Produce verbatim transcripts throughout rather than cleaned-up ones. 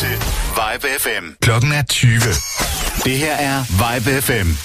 til Vibe F M. Klokken er tyve. Det her er Vibe F M.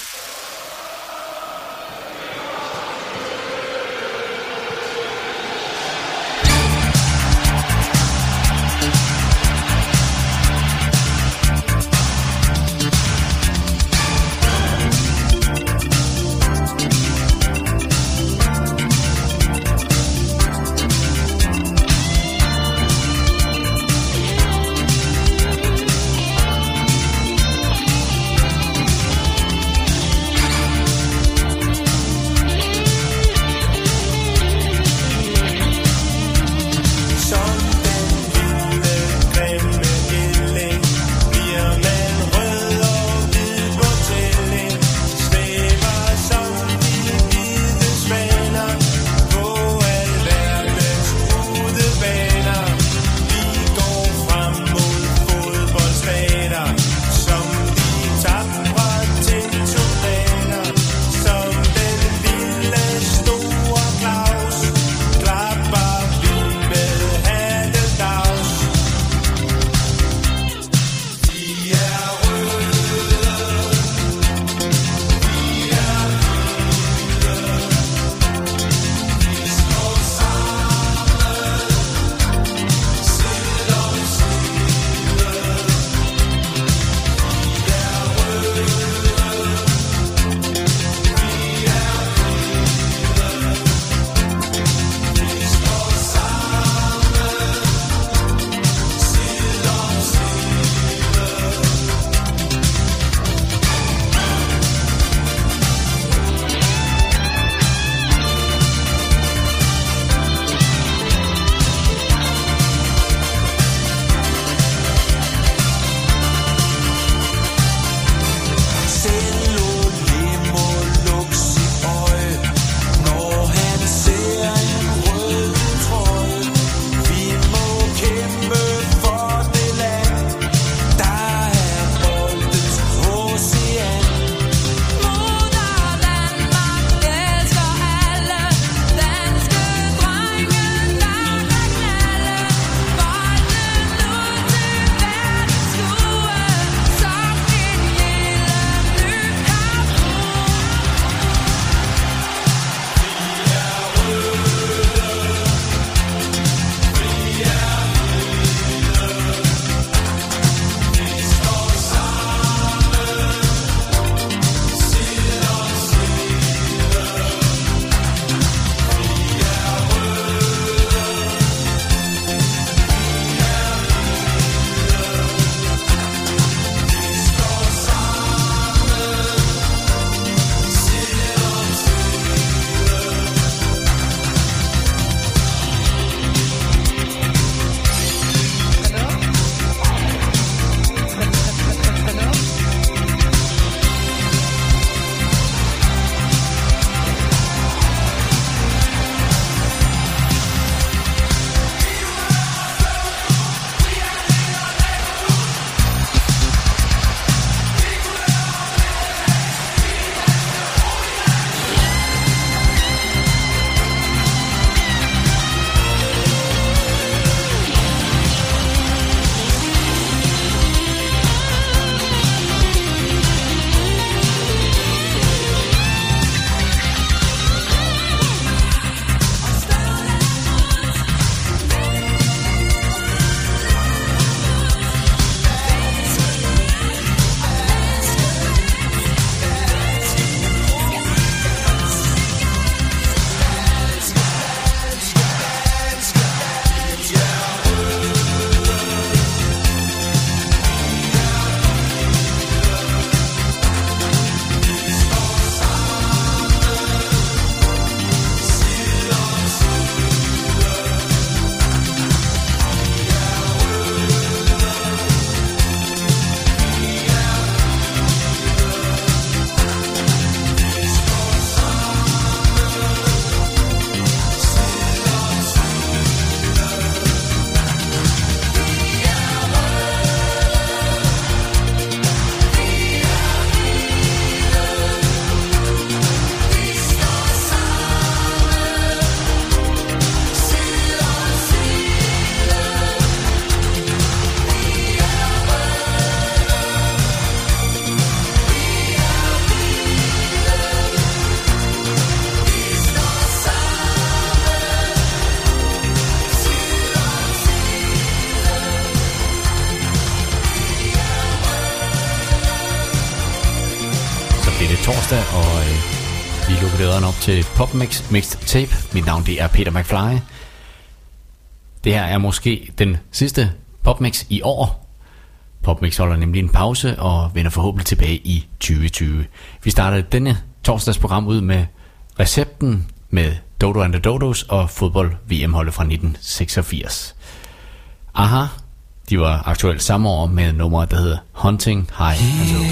torsdag, og øh, vi lukker døren op til PopMix Mixed Tape. Mit navn det er Peter McFly. Det her er måske den sidste PopMix i år. PopMix holder nemlig en pause og vender forhåbentlig tilbage i tyve tyve. Vi starter denne torsdagsprogram ud med recepten med Dodo and the Dodos og fodbold-V M-holdet fra nitten seksogfirs. Aha, de var aktuelt samme år med nummeret, der hedder Hunting High and Low.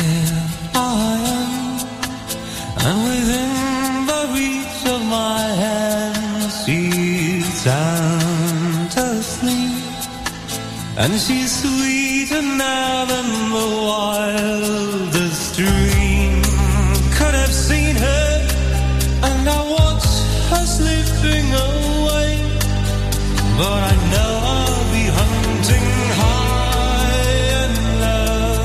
And within the reach of my hand, she's sound asleep, and she's sweeter now than the wildest dream could have seen her. And I watch her slipping away, but I know I'll be hunting high and low.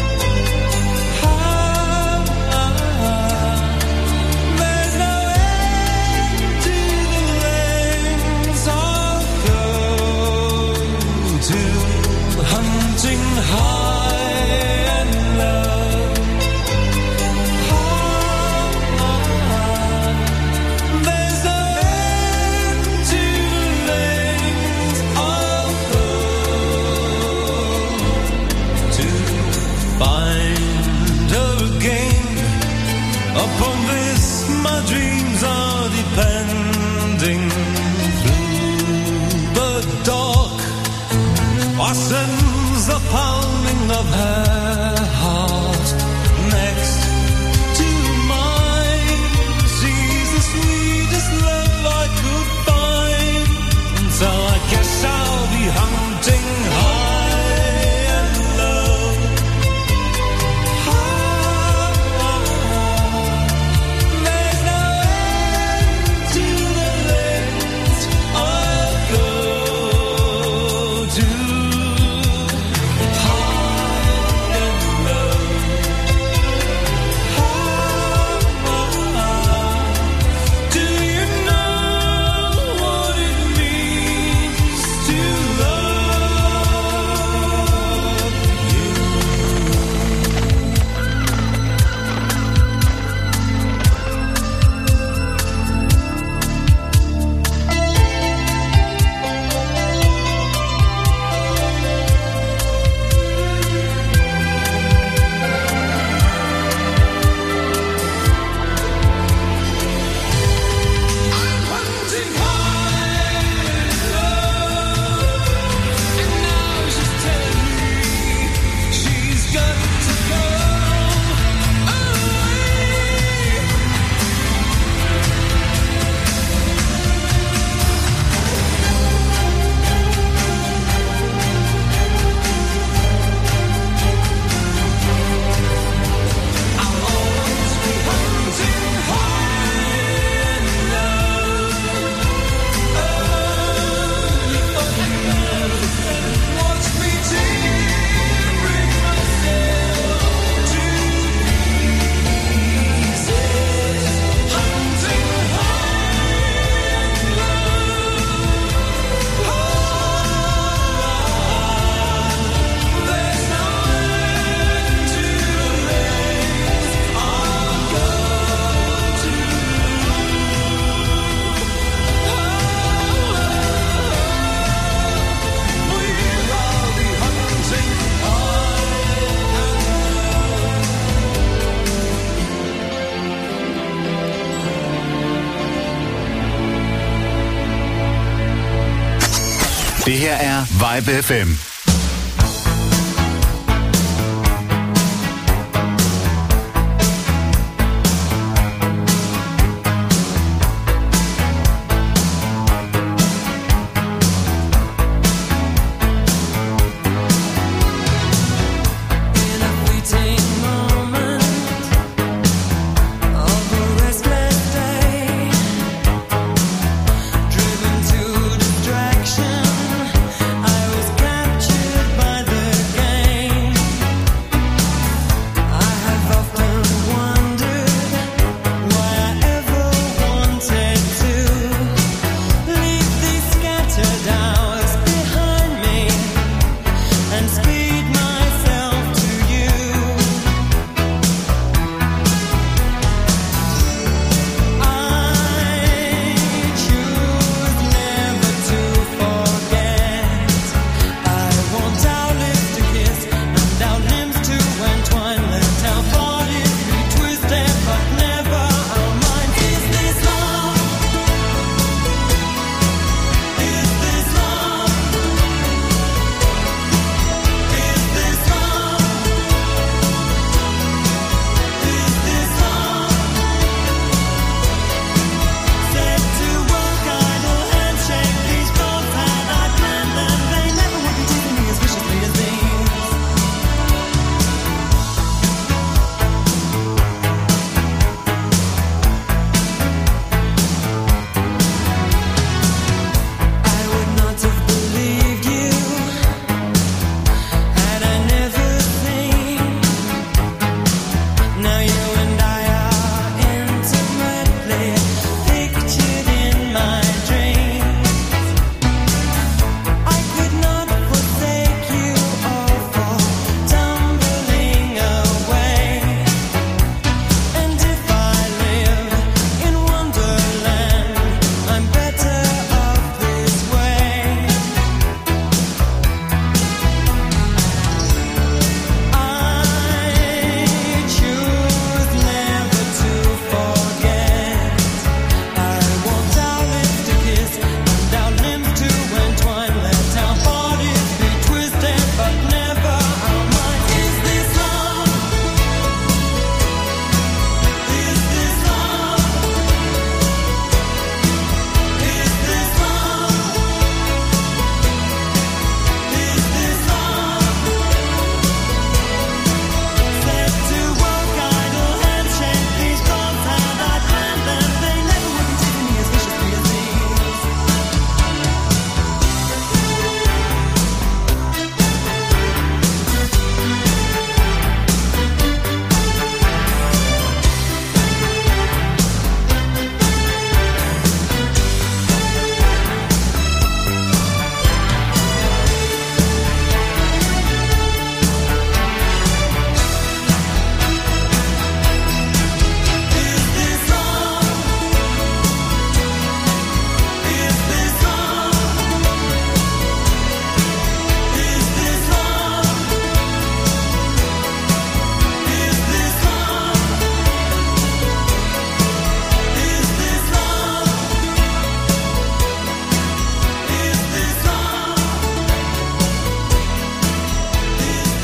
High, high. There's no end to the lengths I'll go to, hunting high and low. High, high. There's no end to the lengths I'll go to find her again. Upon this my dreams are depending. Through the dark I sense the pounding of her heart next to mine. She's the sweetest love I could find, so I guess I'll be hunting high and low. High, there's no end to the lengths I'll go to. High and low. High. Do you know what it means to love you? I'm hunting high and low, and now she's telling me she's got to go away. I'll always be hunting high and low. Only for you. Watch me tearing myself to pieces. Hunting high and low. There's no end to the lengths I'll go to. We'll all be hunting high Det her er Vibe F M. in a fleeting moment of a restless day, driven to distraction, I was captured.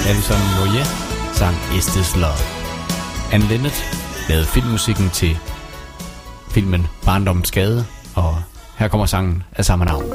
Alison Moyet sang Is This Love. Anne Linnet lavede filmmusikken til filmen Barndommens Gade, og her kommer sangen af samme navn.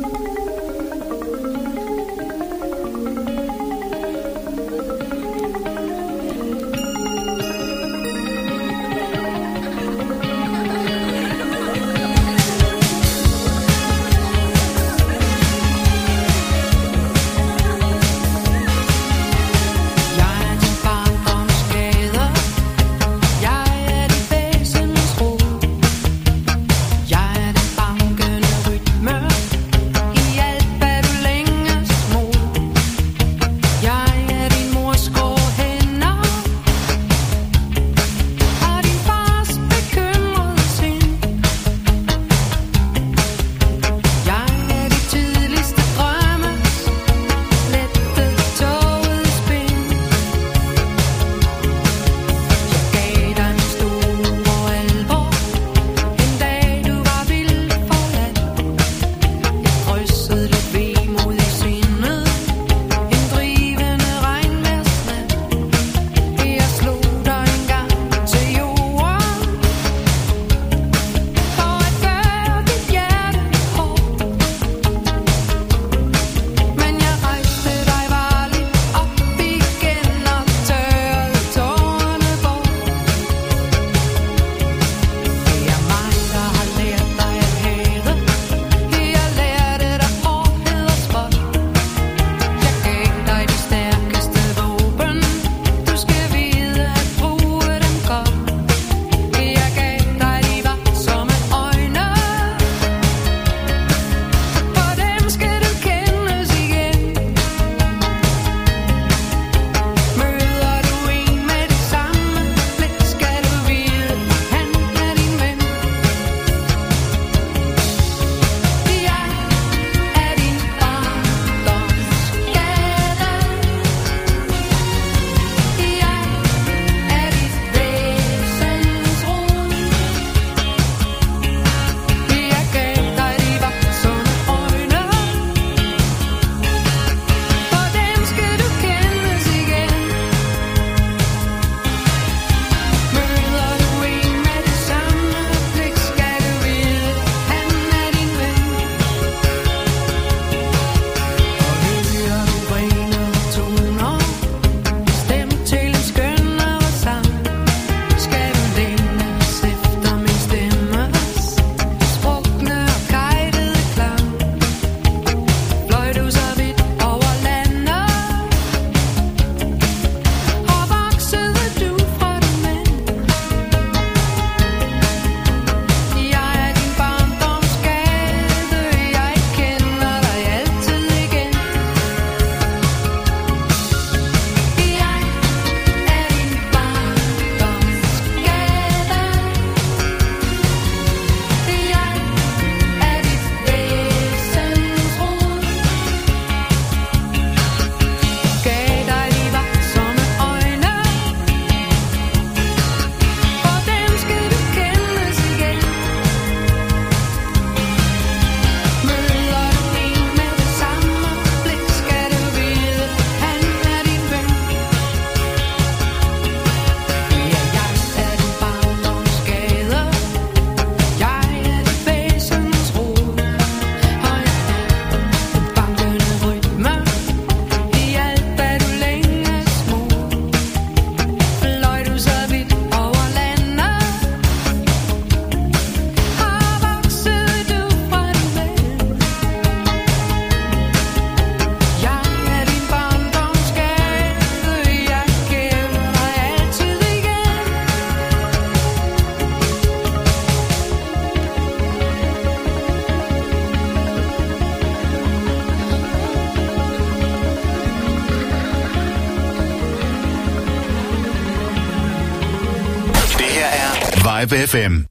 Vibe F M.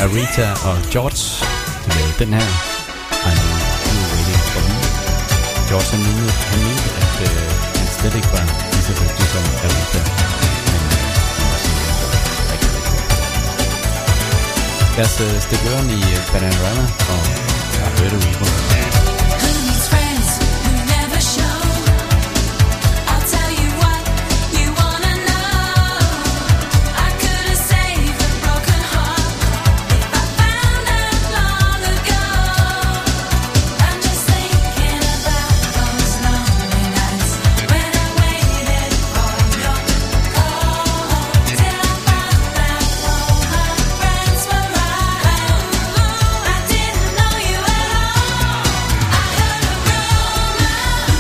Aretha og George, de lavede den her. I know you were waiting for me. George han mente, han mente at øh, han slet ikke var lige så dygtig som Aretha. Men øh, han var simpelthen rigtig, rigtig godt. Lad os øh, stikke øren i øh, Bananarama og I Heard a Reaper. Who needs friends who never show? I'll tell you what you wanna know. I could have saved a broken heart if I found out long ago. I'm just thinking about those lonely nights when I waited for your call till I found out all my friends were right. I didn't know you at all. I heard a rumor.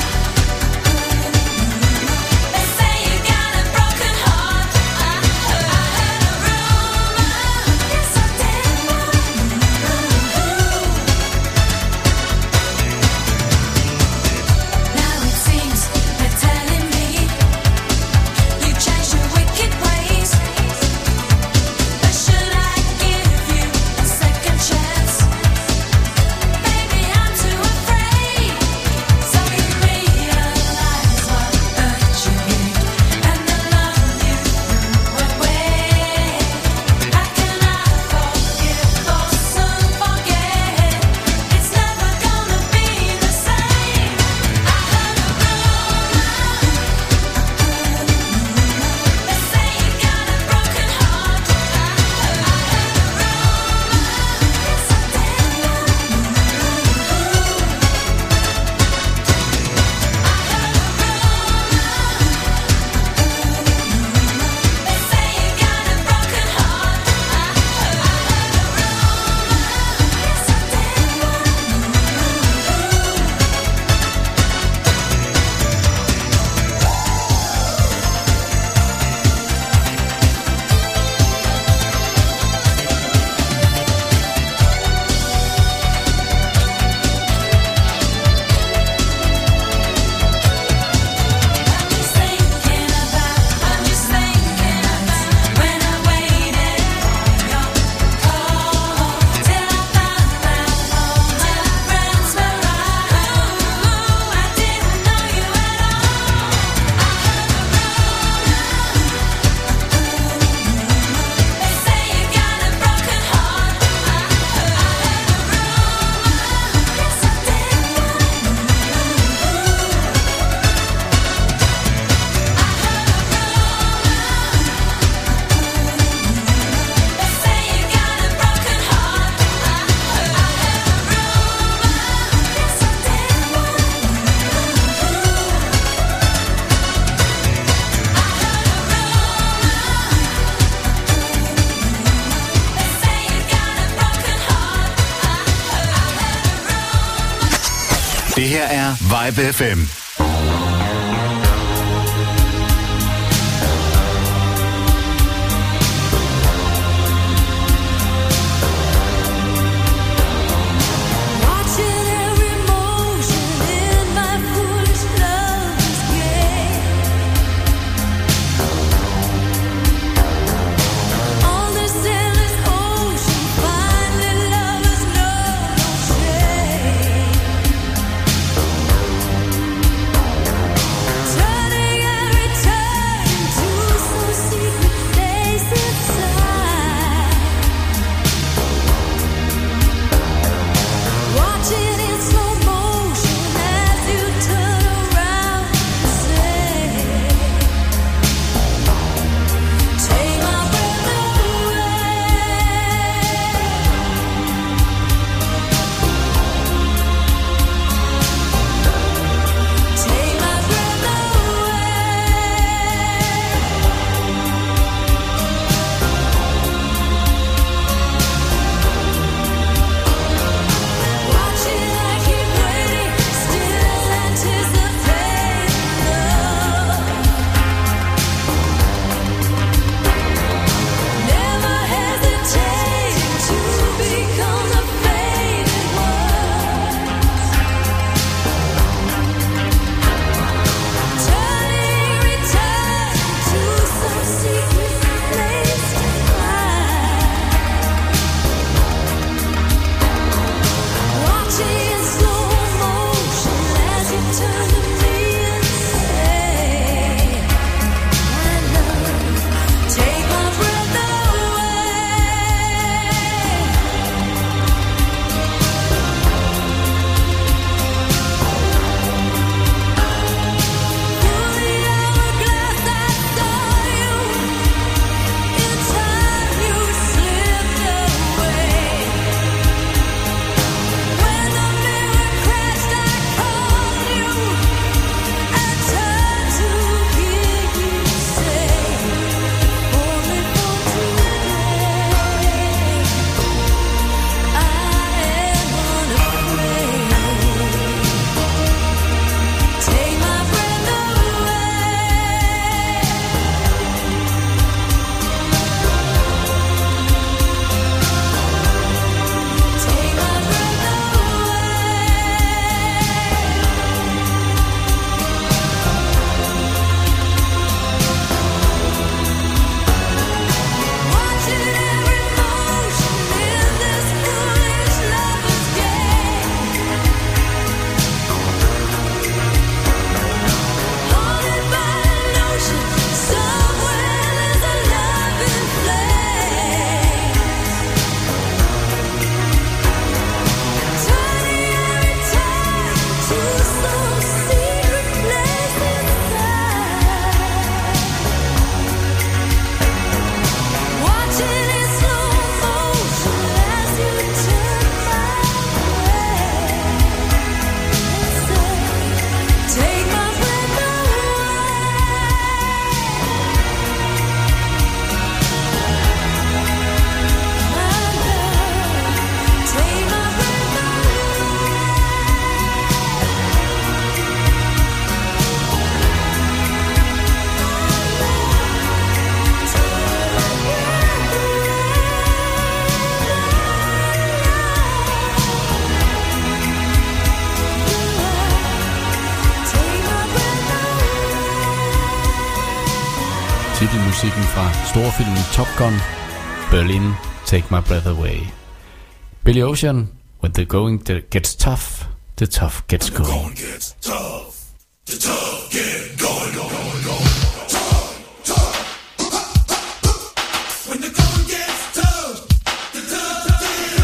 They say you got a broken heart. I heard, I heard a rumor. Yes, I did. Now it seems they're telling me you changed your wicked ways. But should I give you a second chance? Baby, I'm too afraid. So you realize what hurt you gave and the love you threw away. How can I forgive or soon forget? It's never gonna be the same. I heard a rumor. They say you got a broken heart. I heard, I heard a rumor. Yes, I Det her er Vibe F M. Watching every motion in my foolish love's game. On this endless ocean, finally lovers know no shame. titelmusikken fra storfilmen Top Gun, Berlin, Take My Breath Away. Billy Ocean, When the going gets tough, the tough gets going. Going gets tough, the tough get going, going, going. Tough, tough. When the going gets tough, the tough get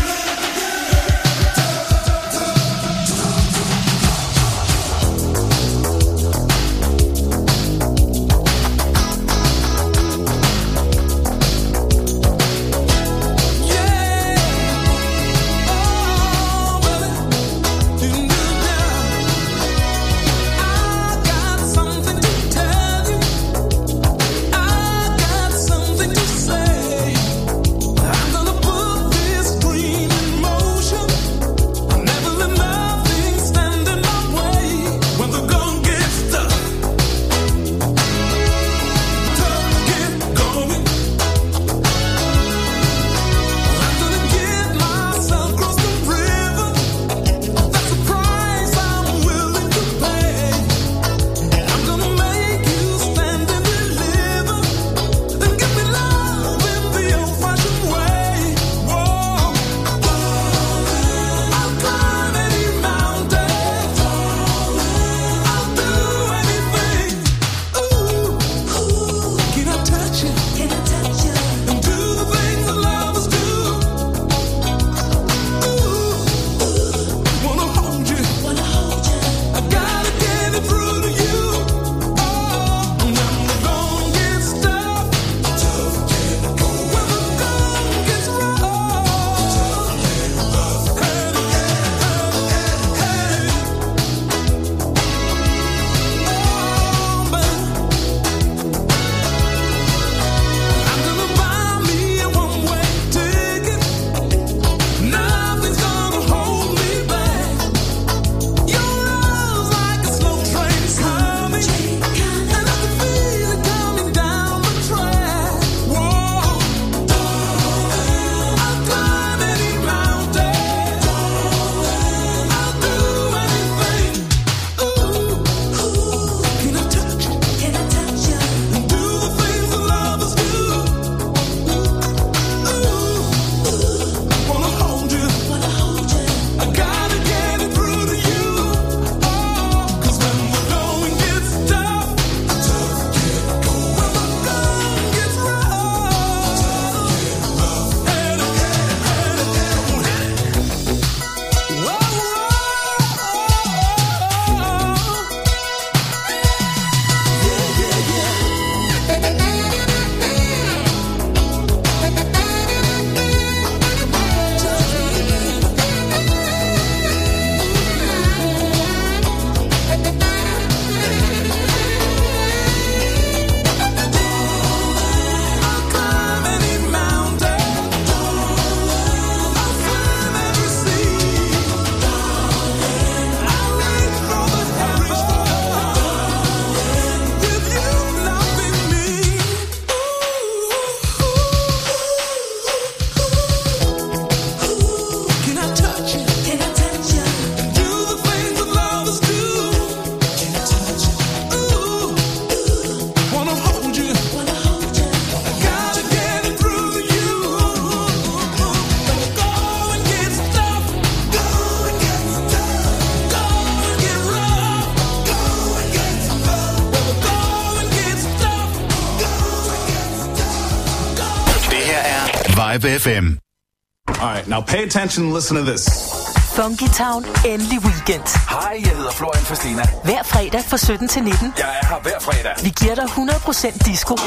Vibe F M. All right, now pay attention and listen to this. Funky Town, endelig weekend. Hej, jeg hedder Florian Fastina. Hver fredag fra sytten til nitten. Jeg er her hver fredag. Vi giver dig hundrede procent disco.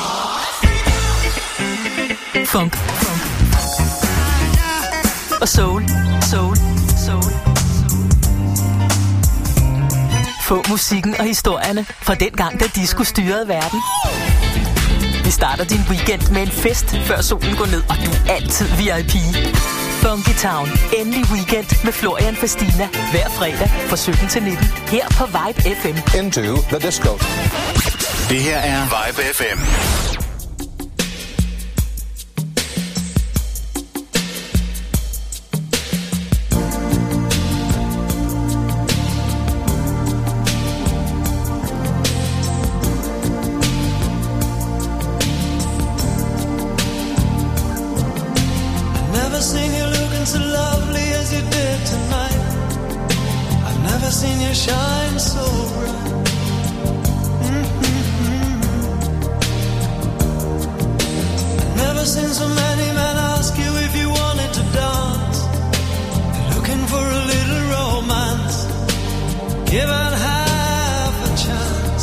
Funk, funk. Og soul, soul, soul. Få musikken og historierne fra den gang, da disco styrede verden. Vi starter din weekend med en fest, før solen går ned, og du er altid V I P. Funky Town, endelig weekend med Florian Fastina. Hver fredag fra sytten til nitten. Her på Vibe F M. Into the disco. Det her er Vibe F M. shine so bright. Mm-hmm. Never seen so many men ask you if you wanted to dance. Looking for a little romance, given half a chance.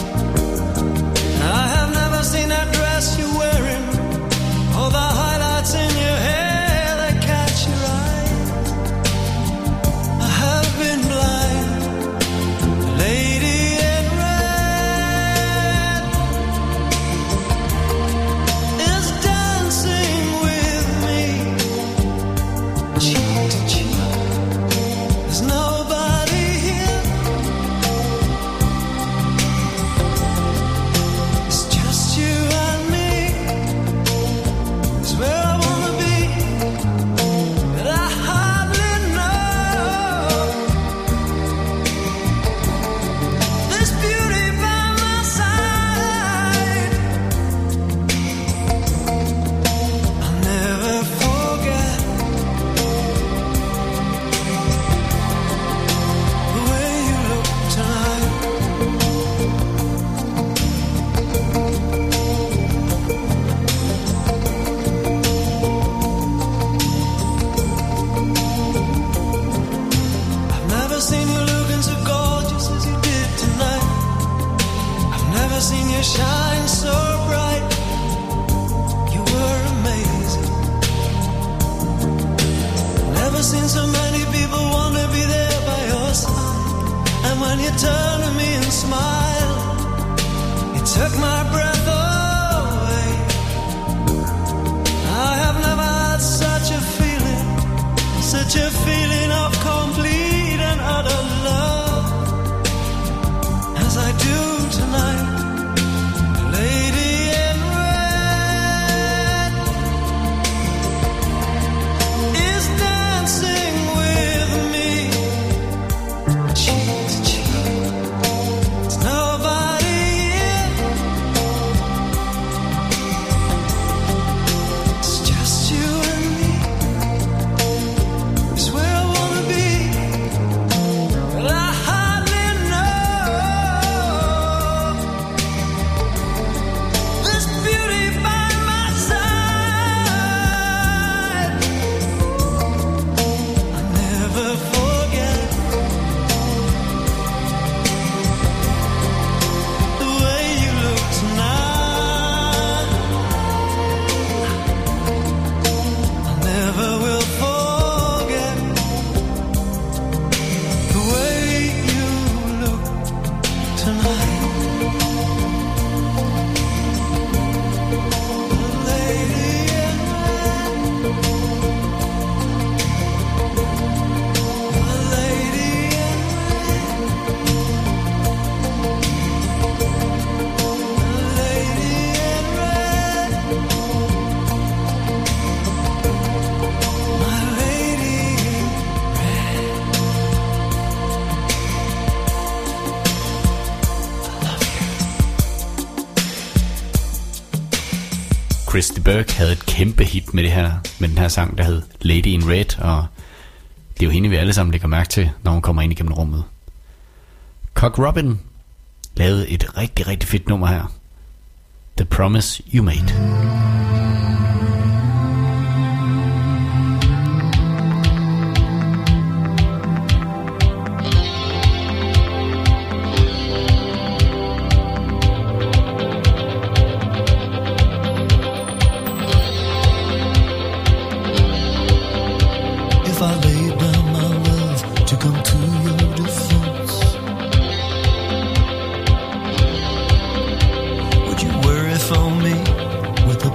I have never seen that dress you're wearing, or the highlights in your hair that catch your eye. I have been blind, the lady in red is dancing with me, cheek to cheek. There's nobody here. It's just you and me. It's where I wanna be, but I hardly know. This beauty by my side, I'll never forget the way you look tonight. I've never seen you looking so gorgeous as you did tonight. I've never seen you shine so bright. You were amazing. Never seen so many people want to be there by your side. And when you turn to me and smile, it took my breath away. I have never had such a feeling, such a feeling of complete and utter love as I do tonight. The lady in red is dancing with me, cheek to cheek. There's nobody here. It's just you and me. It's where I wanna be, but I hardly know. This beauty by my side, I'll never forget the way you look tonight. I never will forget the way you look tonight. The lady in red, the lady in red, the lady in red, my lady in red. Christy Burke havde et kæmpe hit med det her, med den her sang, der hed Lady in Red, og det er jo hende, vi alle sammen lægger mærke til, når hun kommer ind igennem rummet. Cock Robin lavede et rigtig, rigtig fedt nummer her. The Promise You Made. If I laid down my love to come to your defense, would you worry for me with a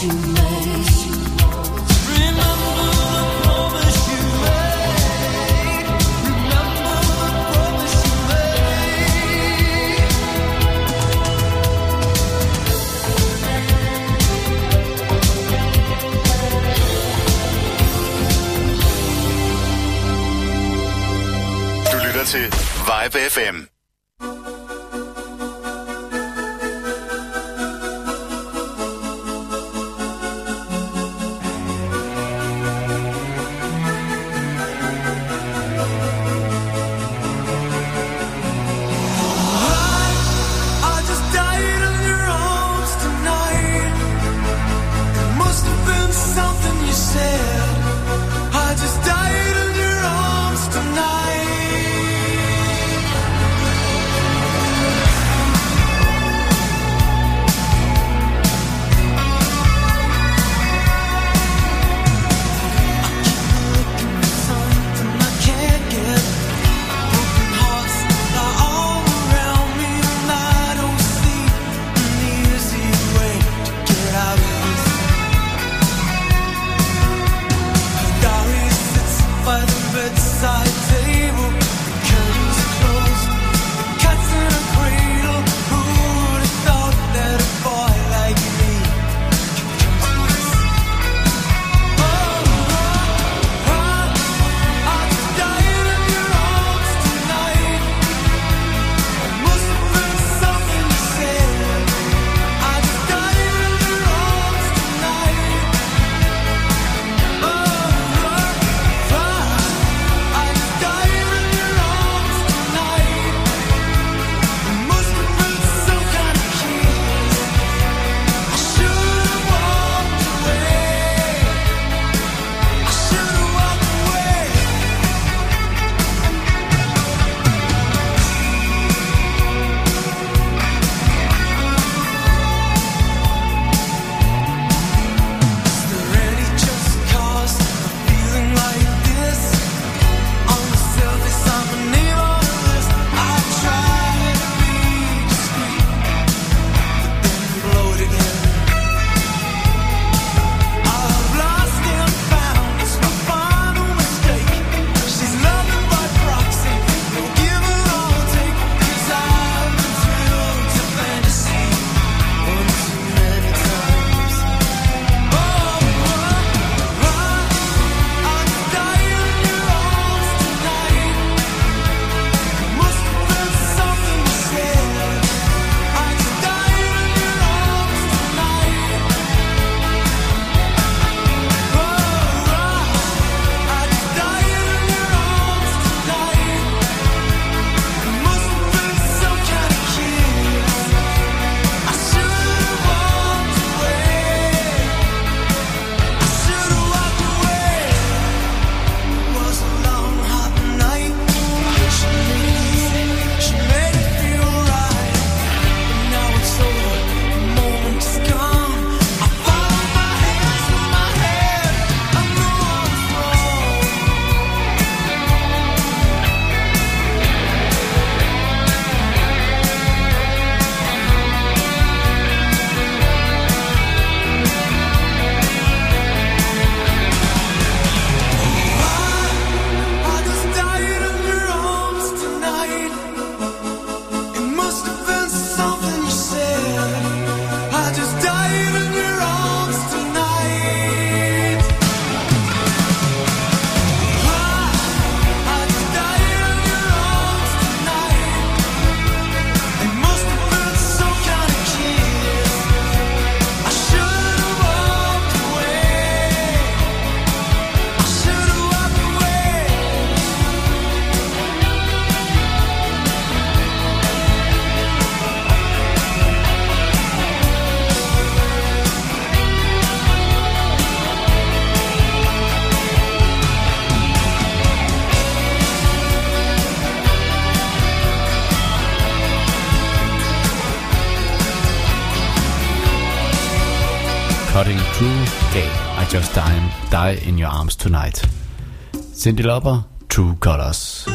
you made. Remember the promise you made. Remember the promise you made. Du lytter til Vibe F M. I just died in your arms tonight. It must have been something you said. I just died in your arms tonight. Something I can't get. Broken hearts are all around me, and I don't see an easy way to get out of this. Diary sits by the bedside table, the curtains are closed, the cat's in a cradle. Who would have thought that a boy like me could come to this? Oh, oh, oh, I just died in your arms tonight. It must have been something you said. I just died in your arms tonight. Oh, oh, oh, I just died in your arms tonight. It must have been some kind of kiss. I should have walked away. I should have walked away. Is there any just cause for feeling like this? On the surface, I'm a name on the list. I try to be discreet, but then blow it again. I've lost and found. It's my final mistake. She's nothing but proxy. Don't give her all take. 'Cause I've been thrilled to fantasy one too many times. Oh, oh, oh, I just died in your arms tonight. It must have been something you said. I just died in your arms tonight. Oh, oh, I just died in your arms tonight. It must have been some kind of kiss. I should have walked away. I should have walked away. It was a long, hot night. She made it easy. She made it feel right. But now it's over. The moment is gone. I followed my hands with my head. I know I was wrong. I just died in your arms tonight. It must have been something you said. I just died in your arms tonight. I just died in your arms tonight. It must have been some kind of kiss. I should have walked away. I should have walked away. Cutting Through Gay. I just die, die in your arms tonight. Cyndi Lauper, True Colors.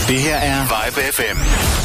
Det her er Vibe F M.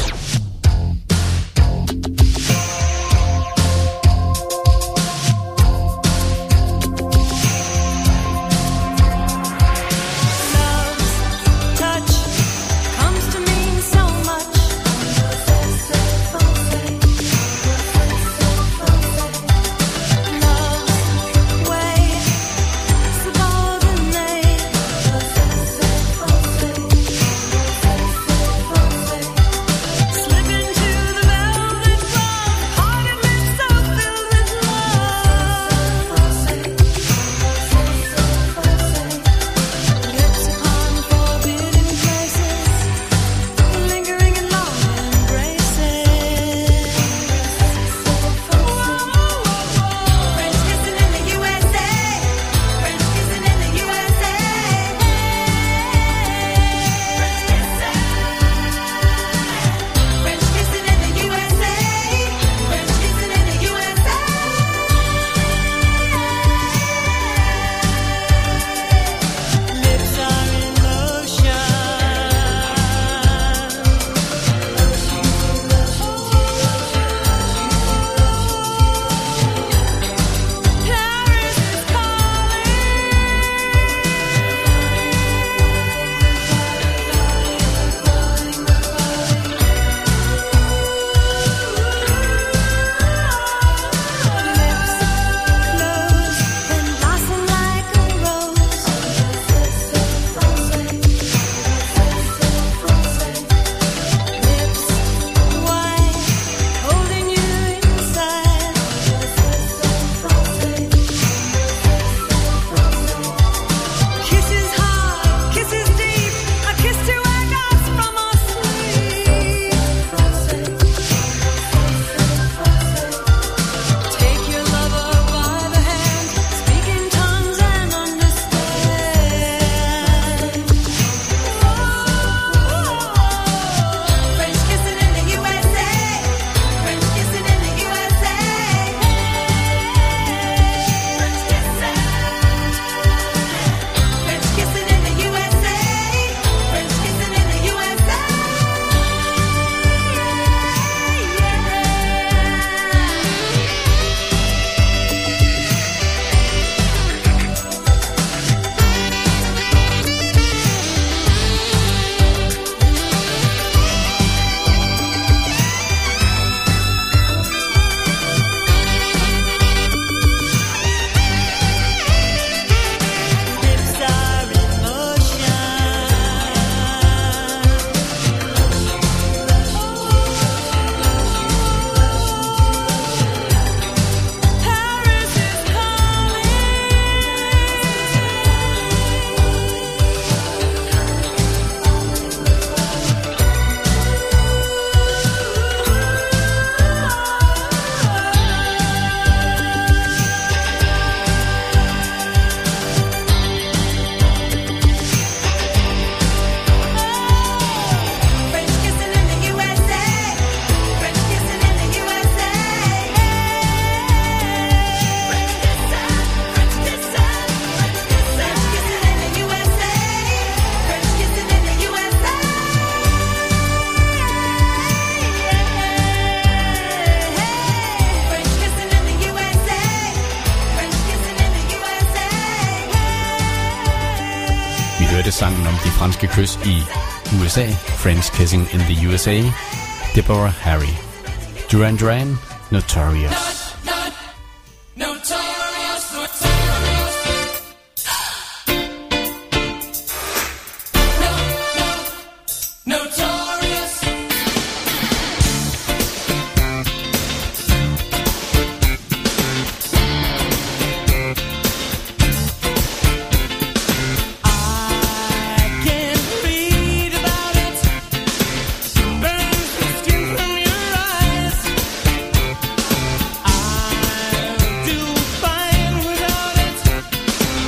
Sangen om de franske kys i U S A, French Kissing in the U S A, Deborah Harry. Duran Duran, Notorious.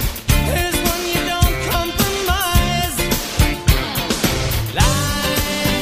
Life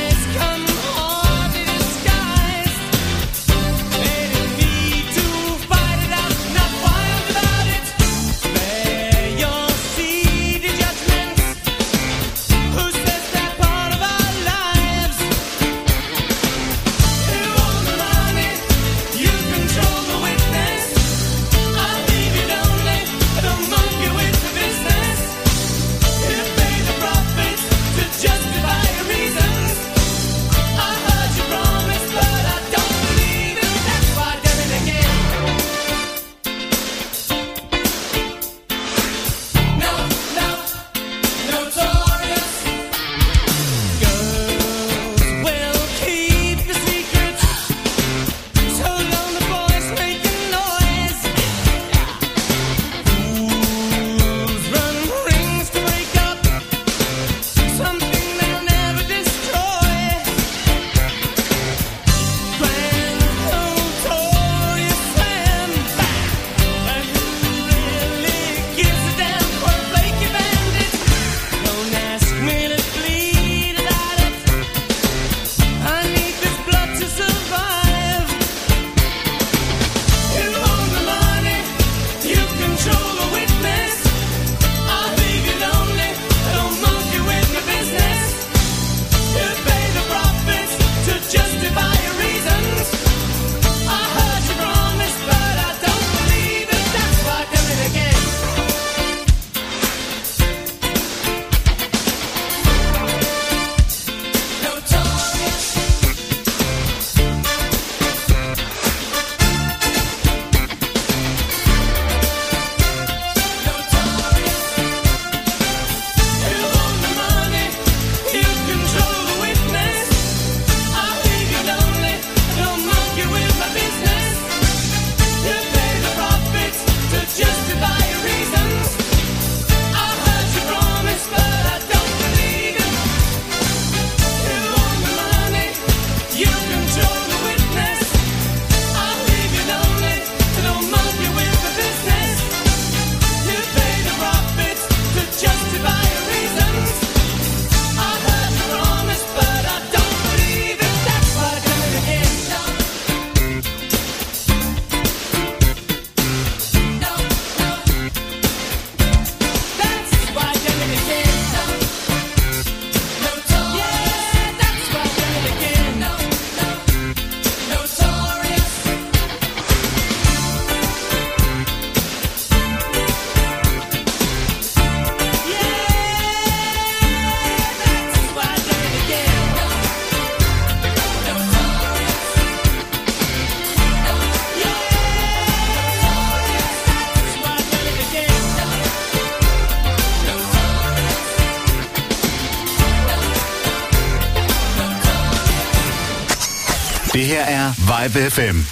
Det her er Vibe F M.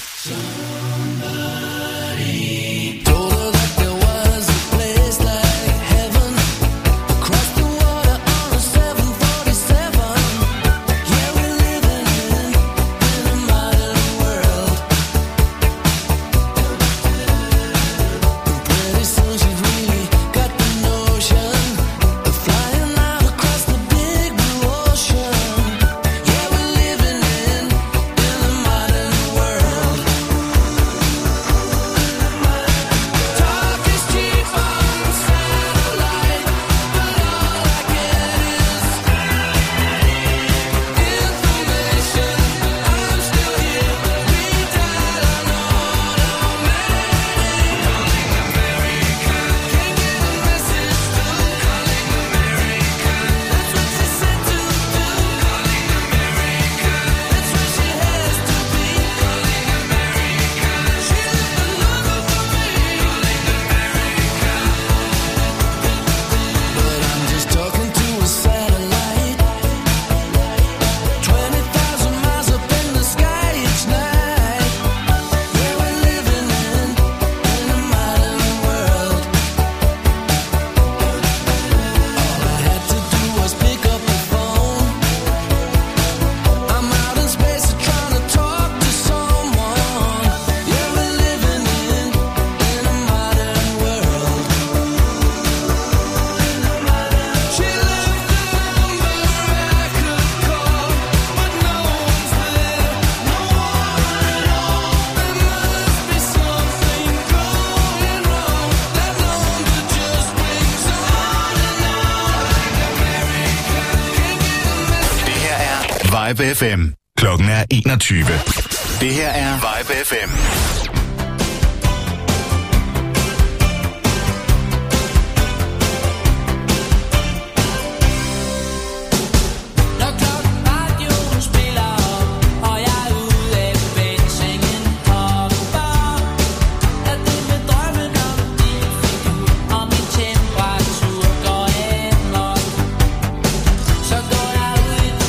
Vibe F M. Klokken er enogtyve. Det her er Vibe F M.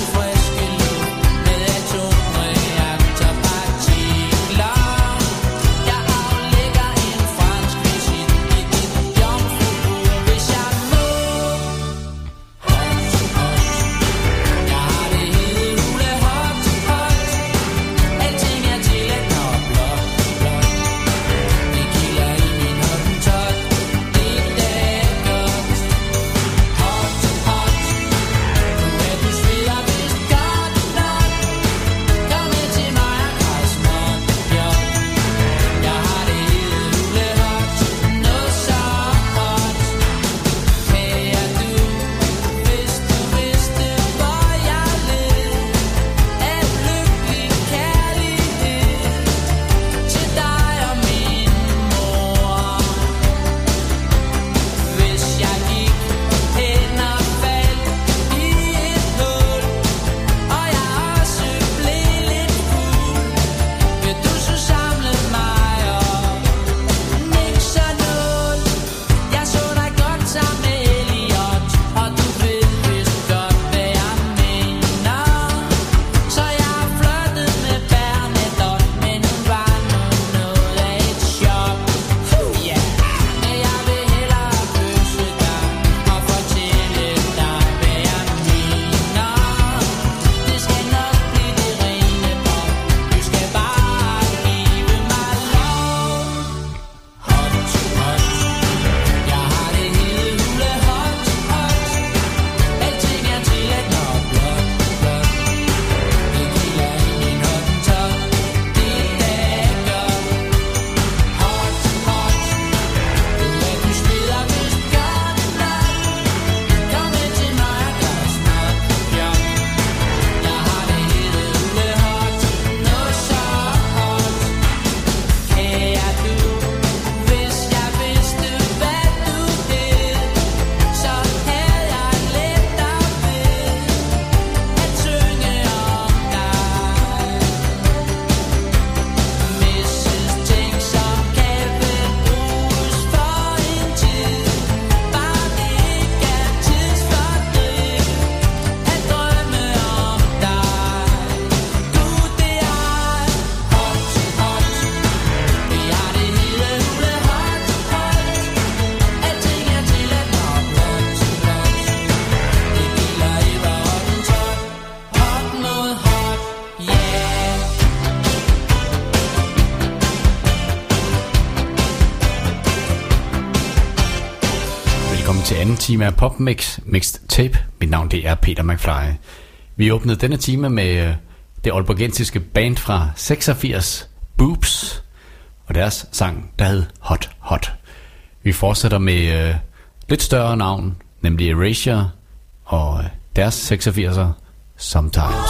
Med atomreaktorpartikler Anden time af PopMix Mixed Tape. Mit navn det er Peter McFly. Vi åbnede denne time med det aalborgensiske band fra seksogfirs, Boobs, og deres sang, der hed Hot Hot. Vi fortsætter med øh, lidt større navn, nemlig Erasure, og deres seksogfirser, Sometimes.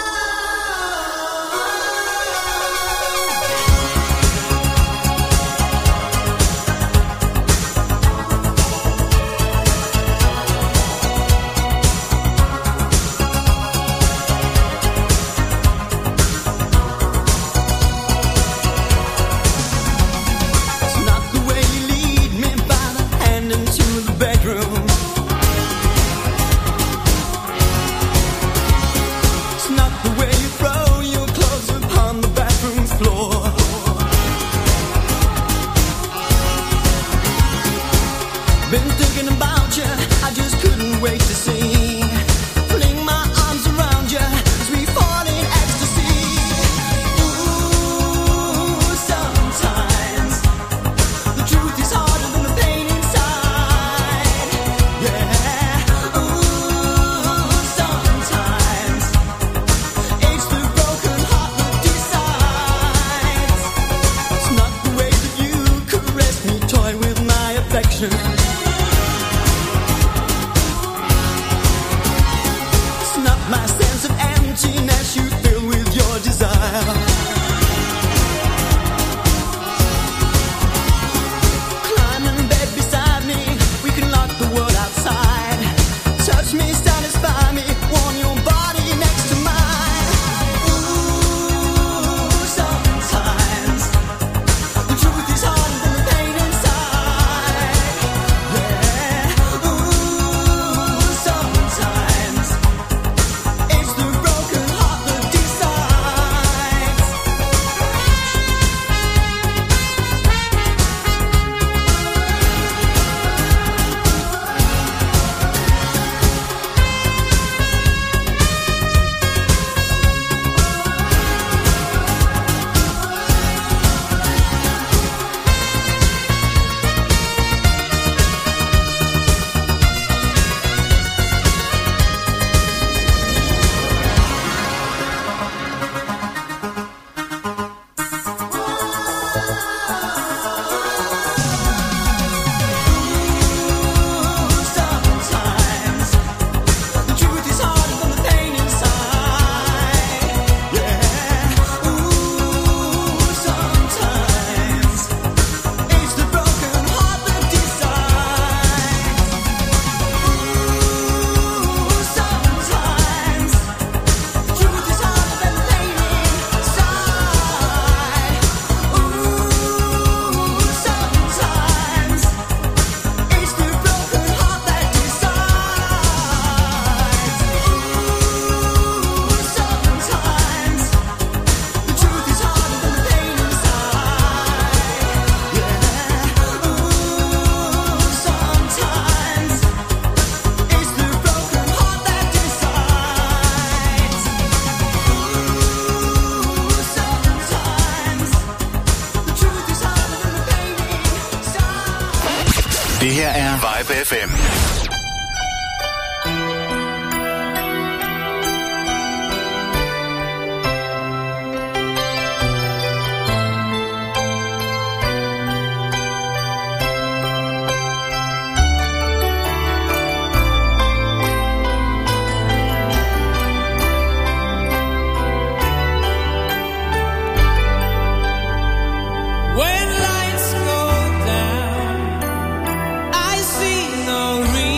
Det her er Vibe F M. When lights go down, I see no reason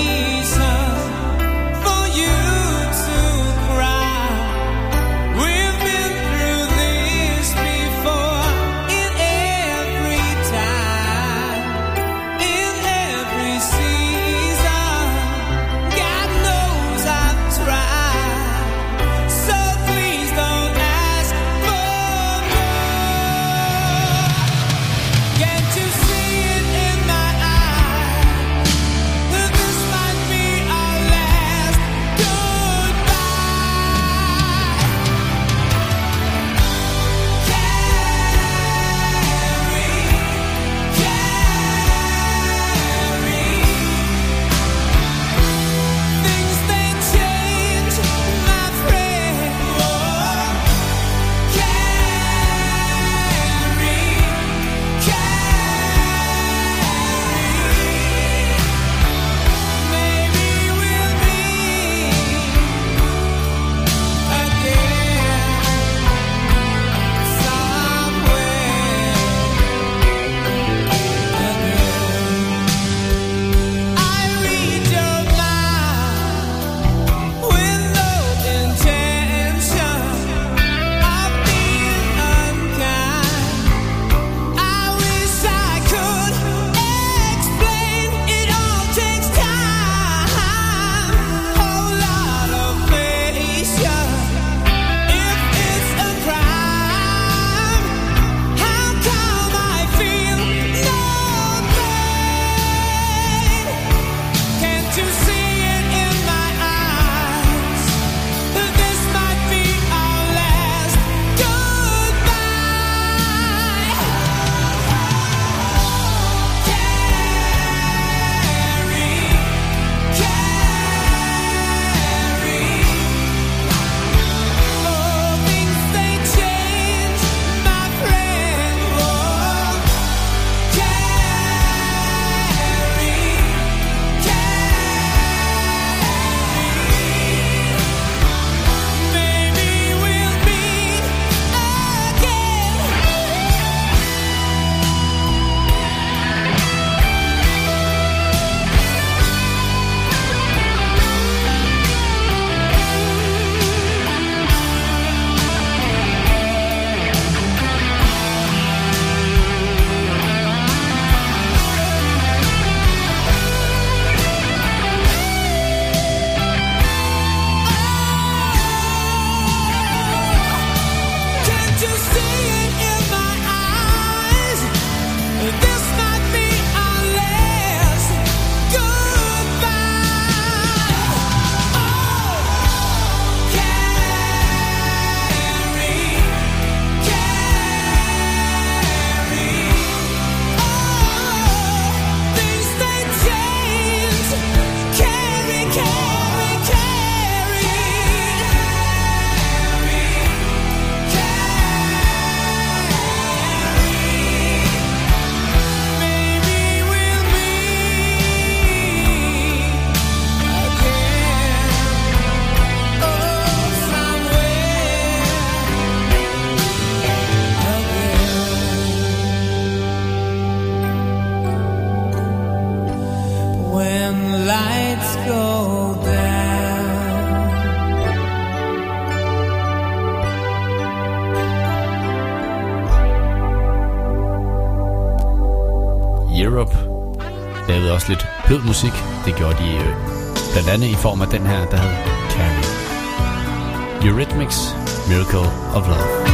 Europe lavede også lidt blød musik. Det gjorde de øh, blandt andet i form af den her, der hed Carrie. Eurythmics, Miracle of Love.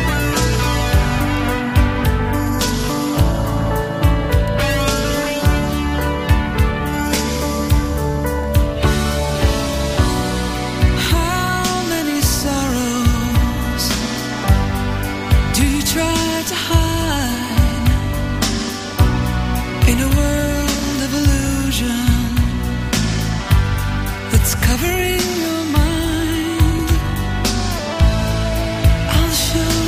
Covering your mind, I'll show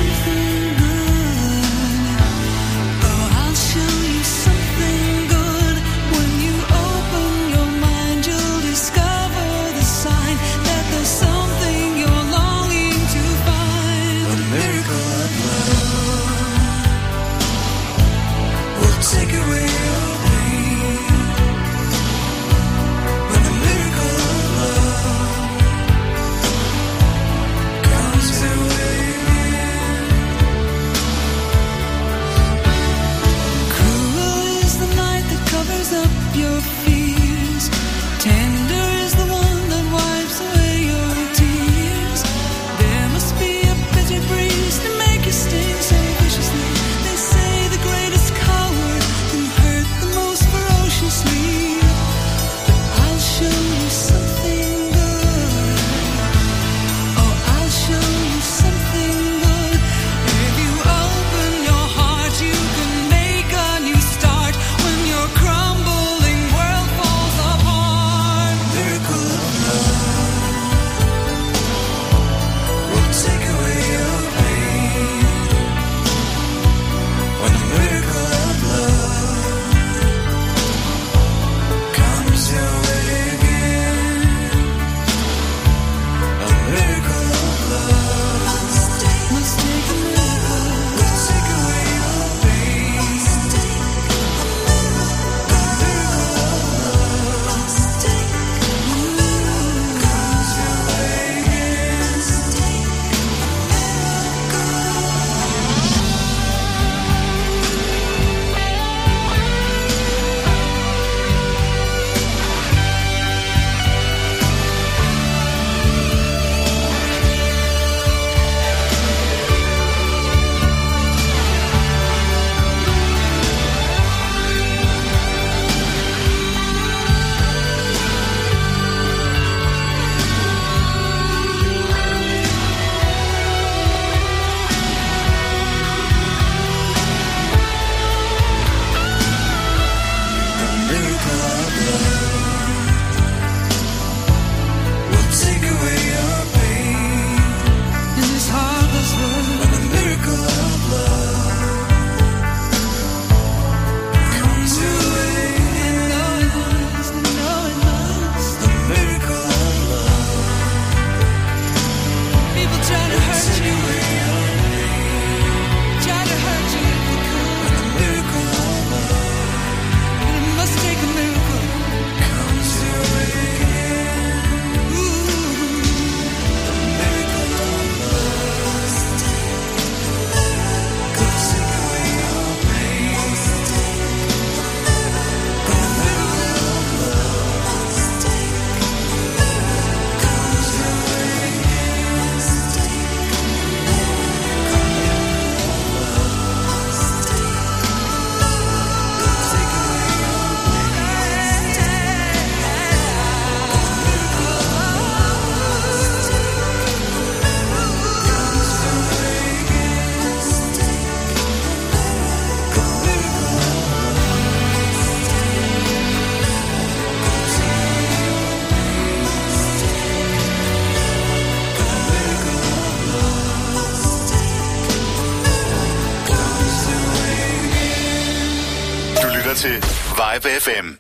til Vibe F M.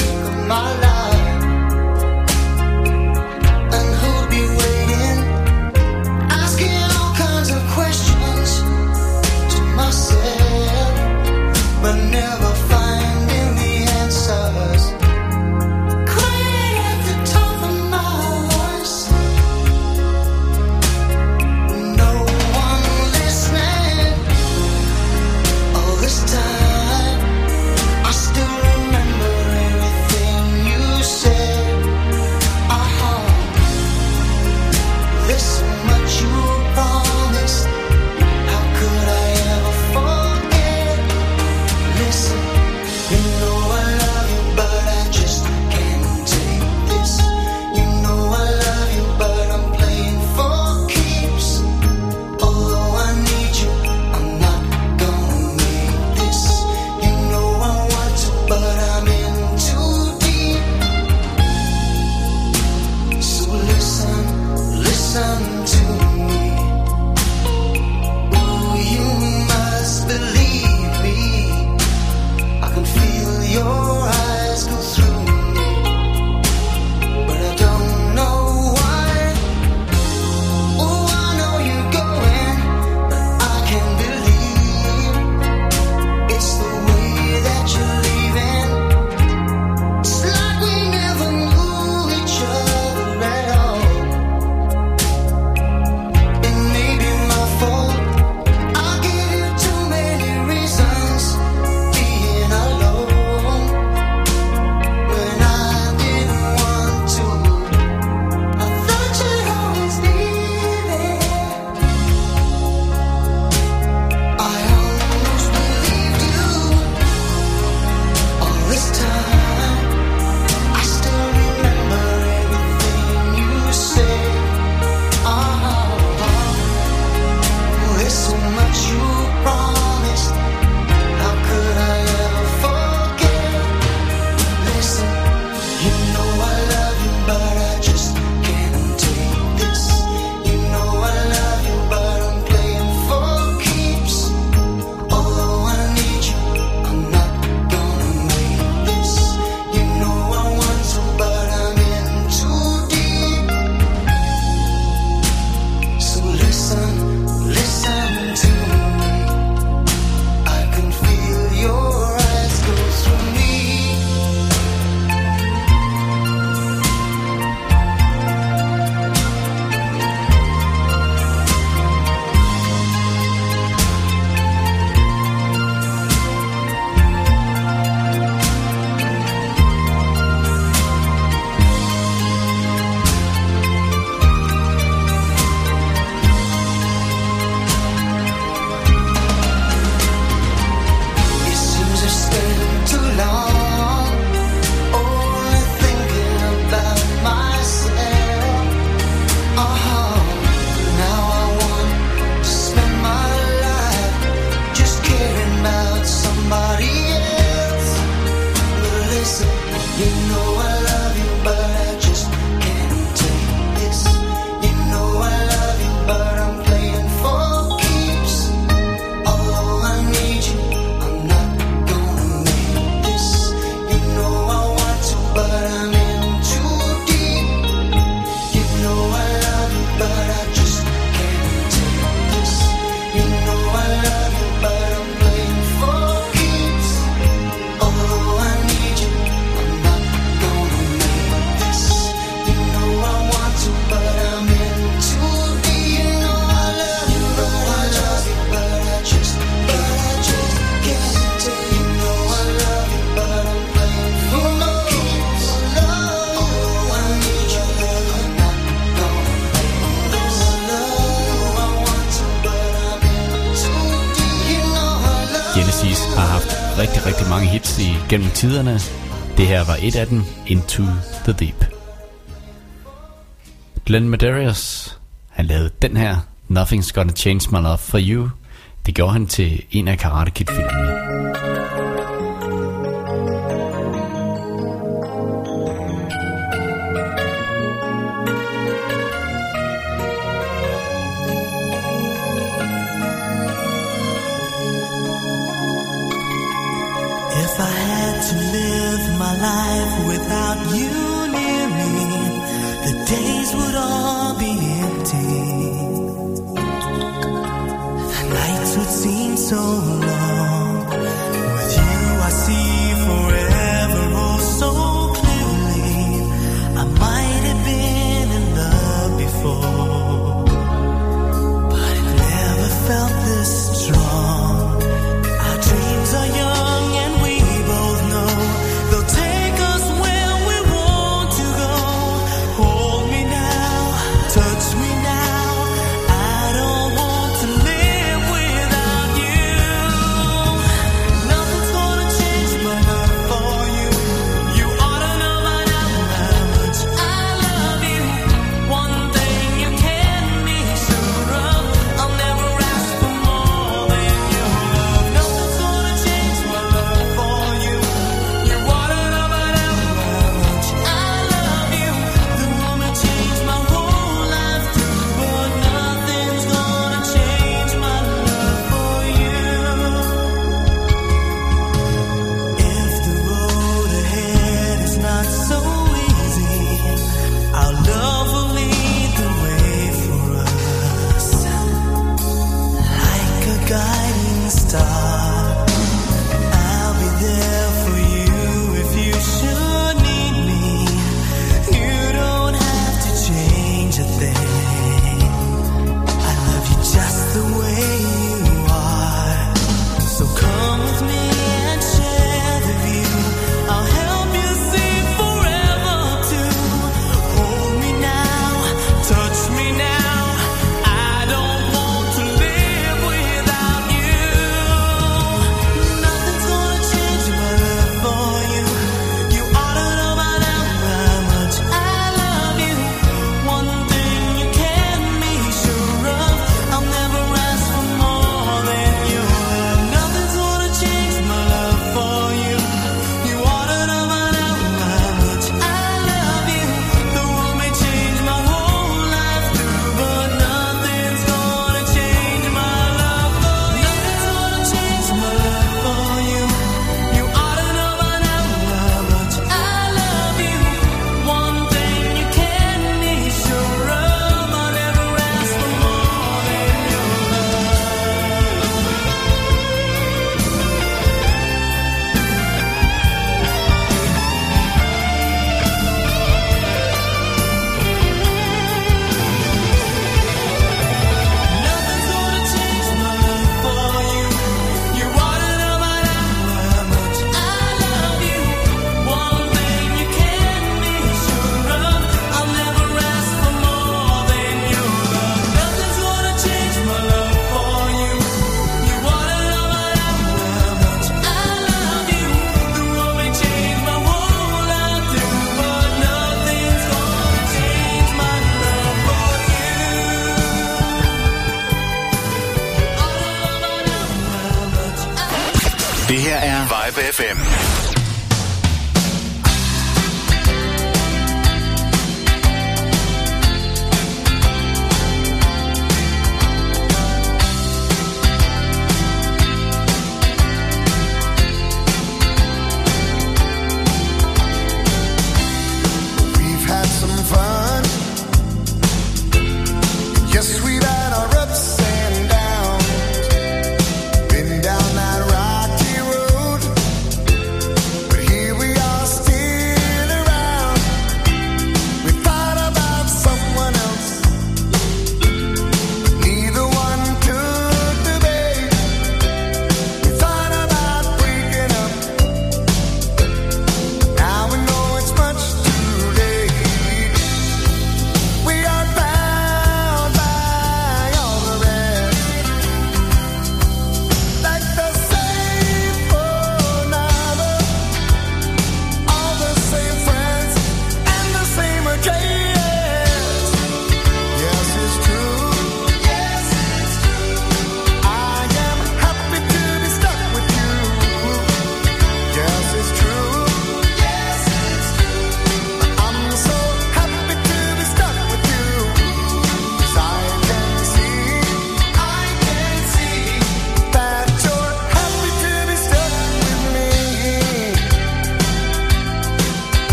And who'd be waiting listen. You know I love you, but I just can't take this. You know I love you, but I'm playing for keeps. Although I need you, I'm not gonna make this. You know I want to, but I'm in too deep. You know I love you, but I just can't take this. You know I love you, but I'm playing for keeps. Although I need you, I'm not gonna make this. You know I want to, but I'm in too deep. You know I love you, but I love you, but I just, but I just can't take. You know I love you, but I'm playing for keeps. Although I need you, I'm not gonna make this. I want to, but I'm in too deep. You know I love you. Genesis har haft rigtig, rigtig mange hits i gennem tiderne. Det her var et af dem, Into the Deep. Glenn Medeiros, han lavede den her, Nothing's Gonna Change My Love For You. Det gjorde han til en af Karate Kid-filmene. If I had to live my life without you near me, the days would all be empty. The nights would seem so long. With you I see forever oh so clearly. I might have been in love before, but it never felt this strong. Our dreams are young and we both know they'll take us where we want to go. Hold me now, touch me now. I don't want to live without you.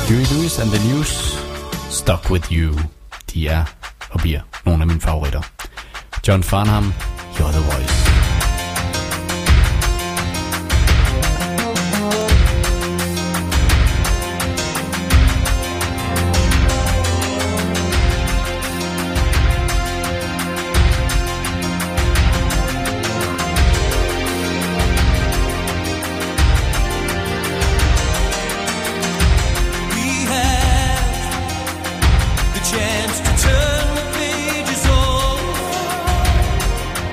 Huey Lewis and the News, Stuck With You. De er og bliver nogle af mine favoritter. John Farnham, You're The Voice. Chance to turn the pages over.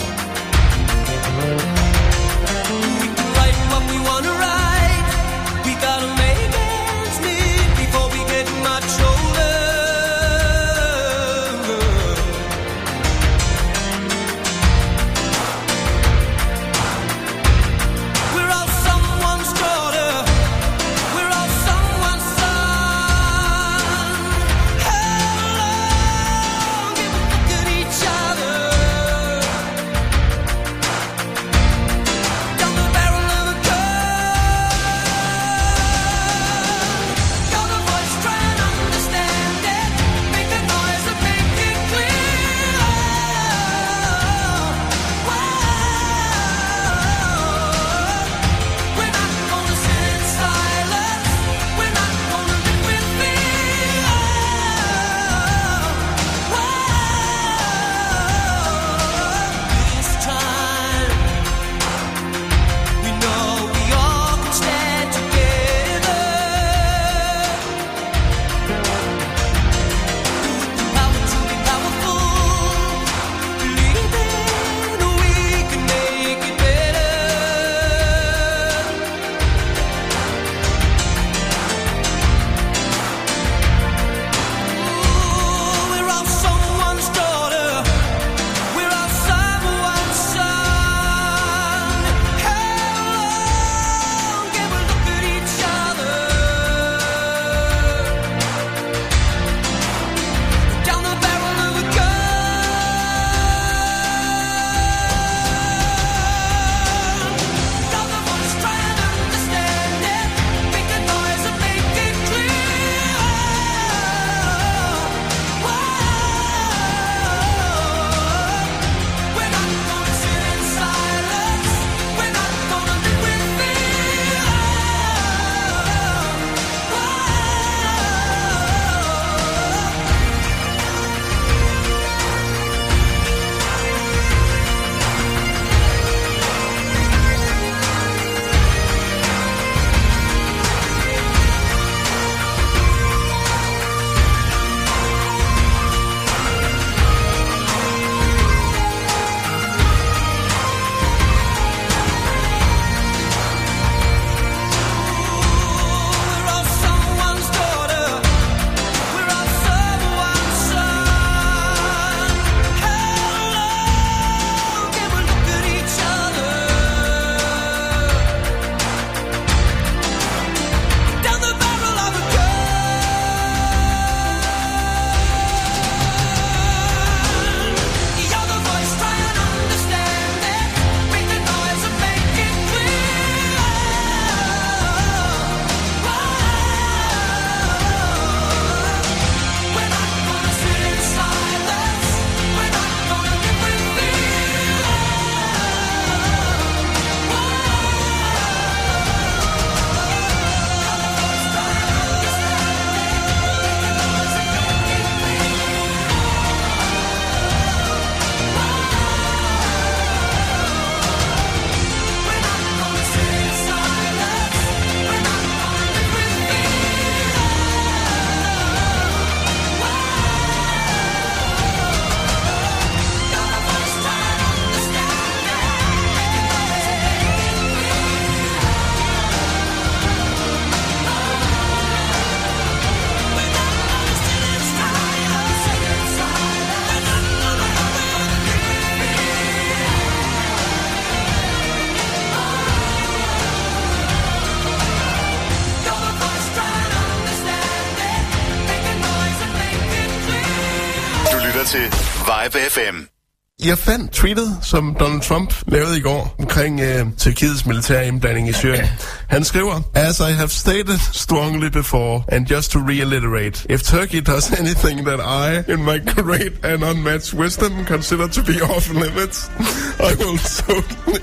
til Vibe F M. Jeg fandt tweetet, som Donald Trump lavede i går omkring øh, Tyrkiets militære indblanding i Syrien. Han skriver, as I have stated strongly before, and just to reiterate, if Turkey does anything that I, in my great and unmatched wisdom, consider to be off limits, I will totally...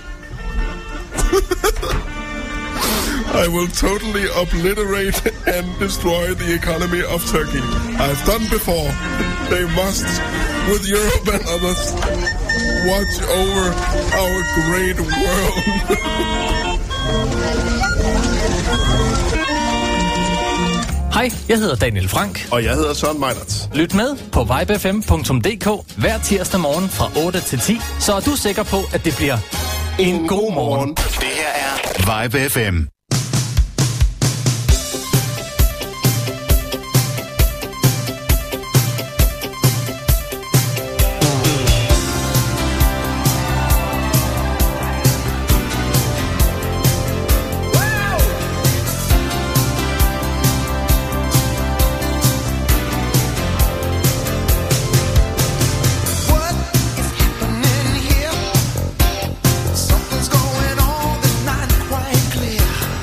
I will totally obliterate and destroy the economy of Turkey. I've done before. They must, with Europe and others, watch over our great world. Hej, jeg hedder Daniel Frank. Og jeg hedder Søren Meinerts. Lyt med på vibe f m punktum d k hver tirsdag morgen fra otte til ti, så er du sikker på, at det bliver en god morgen. Det her er Vibe F M. Something's going on that's not quite clear.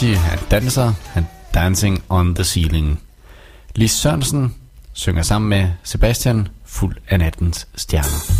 Avicii, han danser, han Dancing on the Ceiling. Lis Sørensen synger sammen med Sebastian, Fuld af nattens stjerner.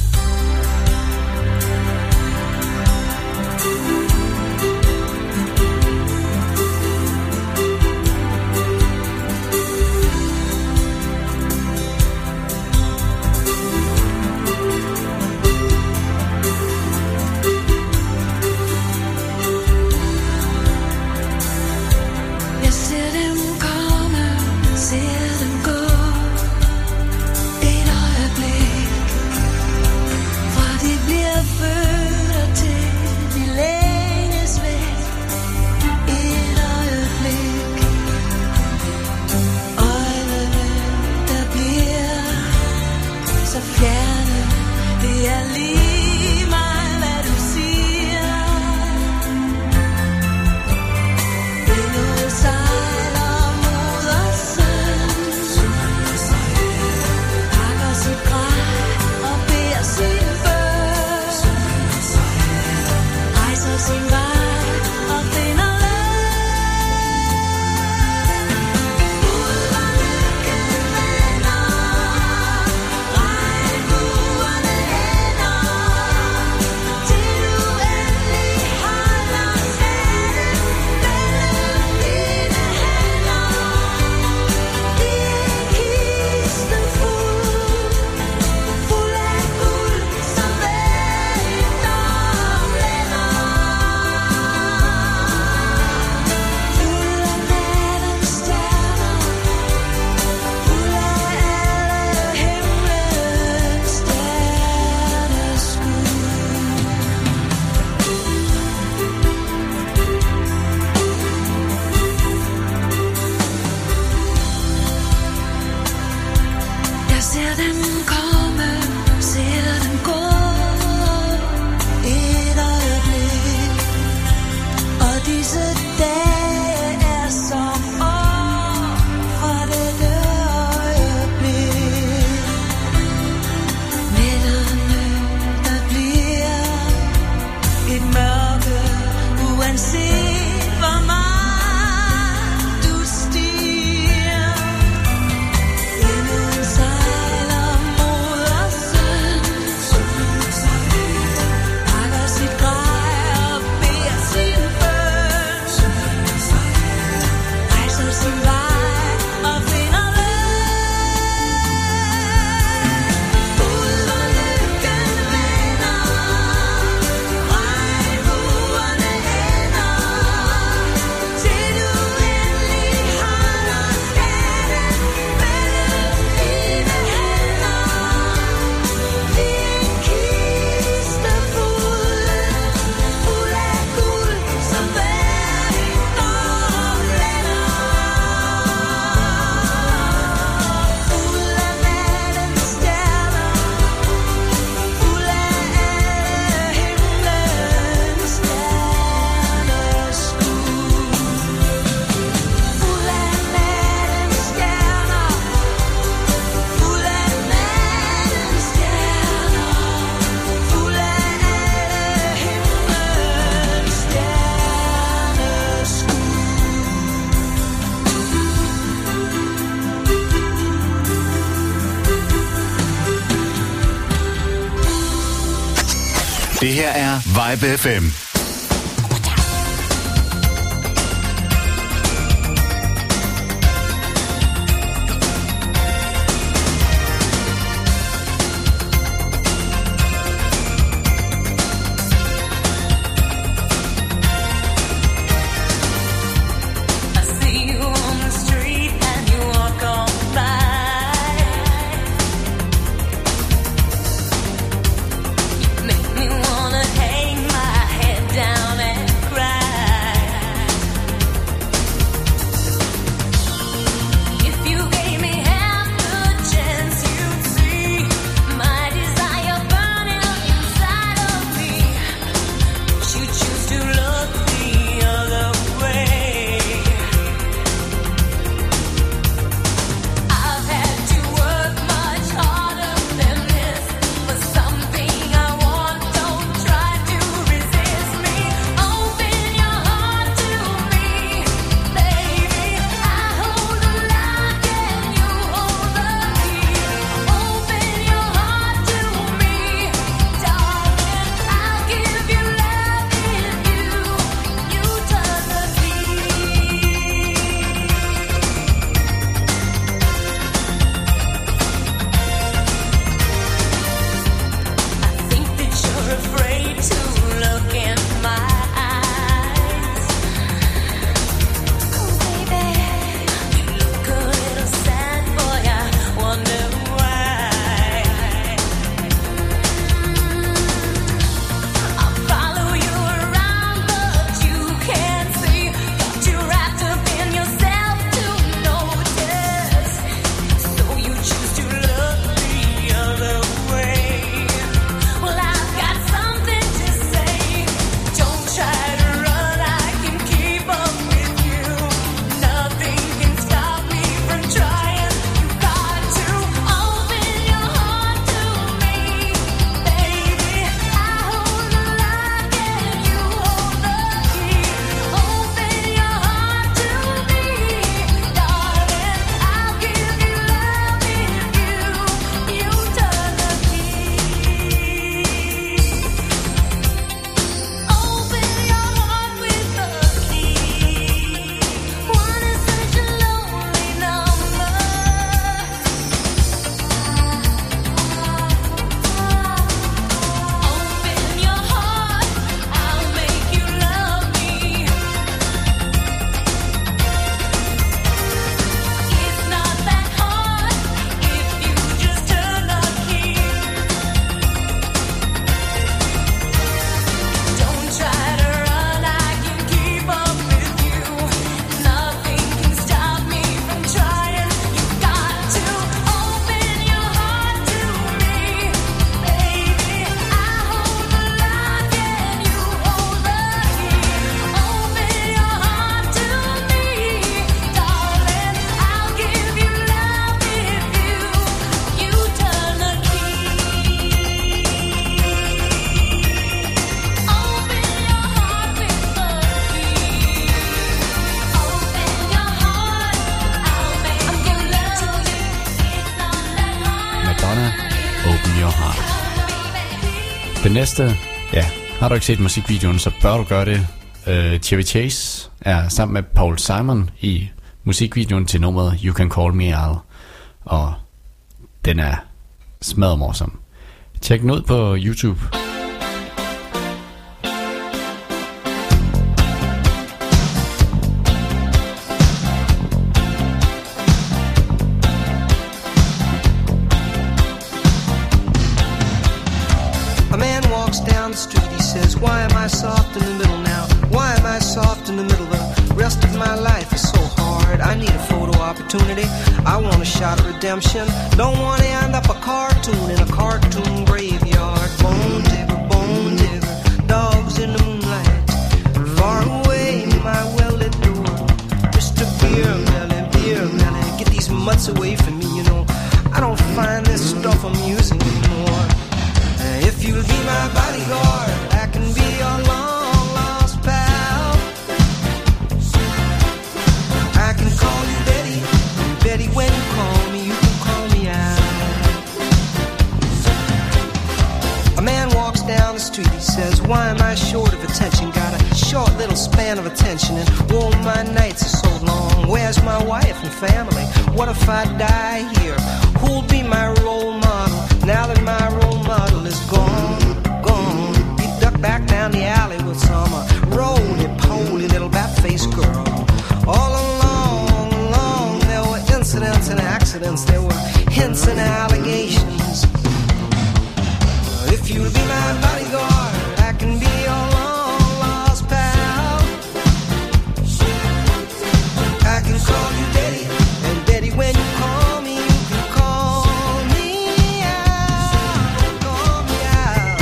Det her er Vibe F M. Make me wanna hang my head Den næste, ja, har du ikke set musikvideoen, så bør du gøre det. Uh, Chevy Chase er sammen med Paul Simon i musikvideoen til nummeret You Can Call Me Al. Og den er smadret morsom. Tjek den ud på YouTube. A man walks down the street, he says, why am I soft in the middle now? Why am I soft in the middle? The rest of my life is so hard. I need a photo opportunity. I want a shot at redemption. Don't want to end up a cartoon in a cartoon graveyard. Bone digger, bone digger, dogs in the moonlight. Far away, my well-lit door. Mister Beer Melly, Beer Melly, get these mutts away from me, you know. I don't find this stuff amusing anymore. If you'll be my bodyguard, I can be your long-lost pal. I can call you Betty, and Betty, when you call me, you can call me out. A man walks down the street, he says, why am I short of attention? Got a short little span of attention, and oh, my nights are so long. Where's my wife and family? What if I die here? Who'll be my role model now that my role model is gone, gone? He ducked back down the alley with some uh, roly-poly little bat-faced girl. All along, along, there were incidents and accidents. There were hints and allegations. If you'll be my bodyguard, I can be your long-lost pal. I can call you Betty, and Betty, when you call me, you can call me out, call me out.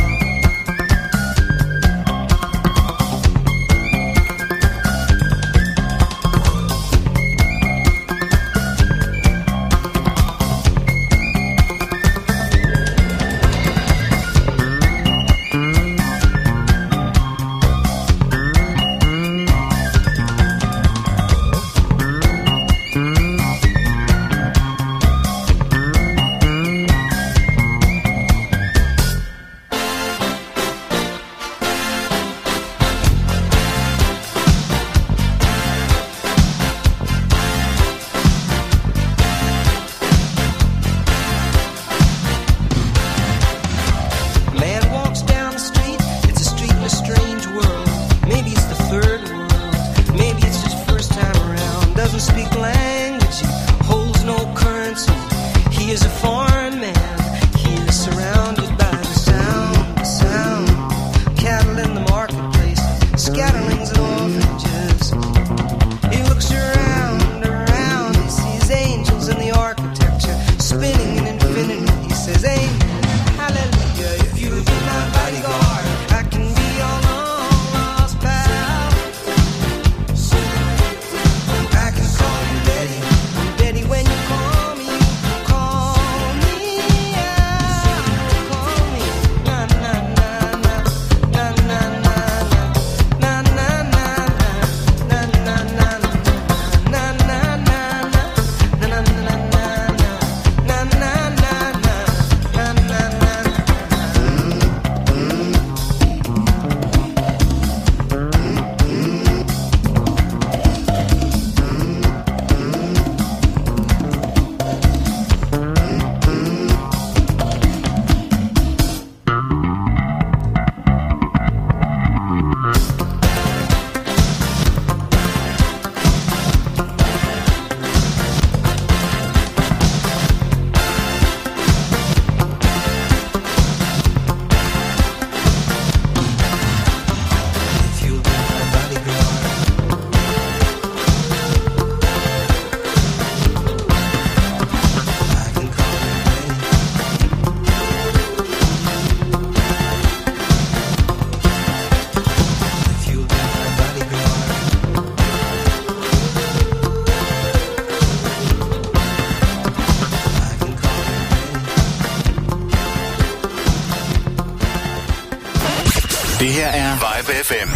Det her er Vibe F M.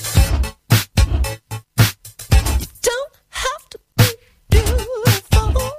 Don't have to be beautiful.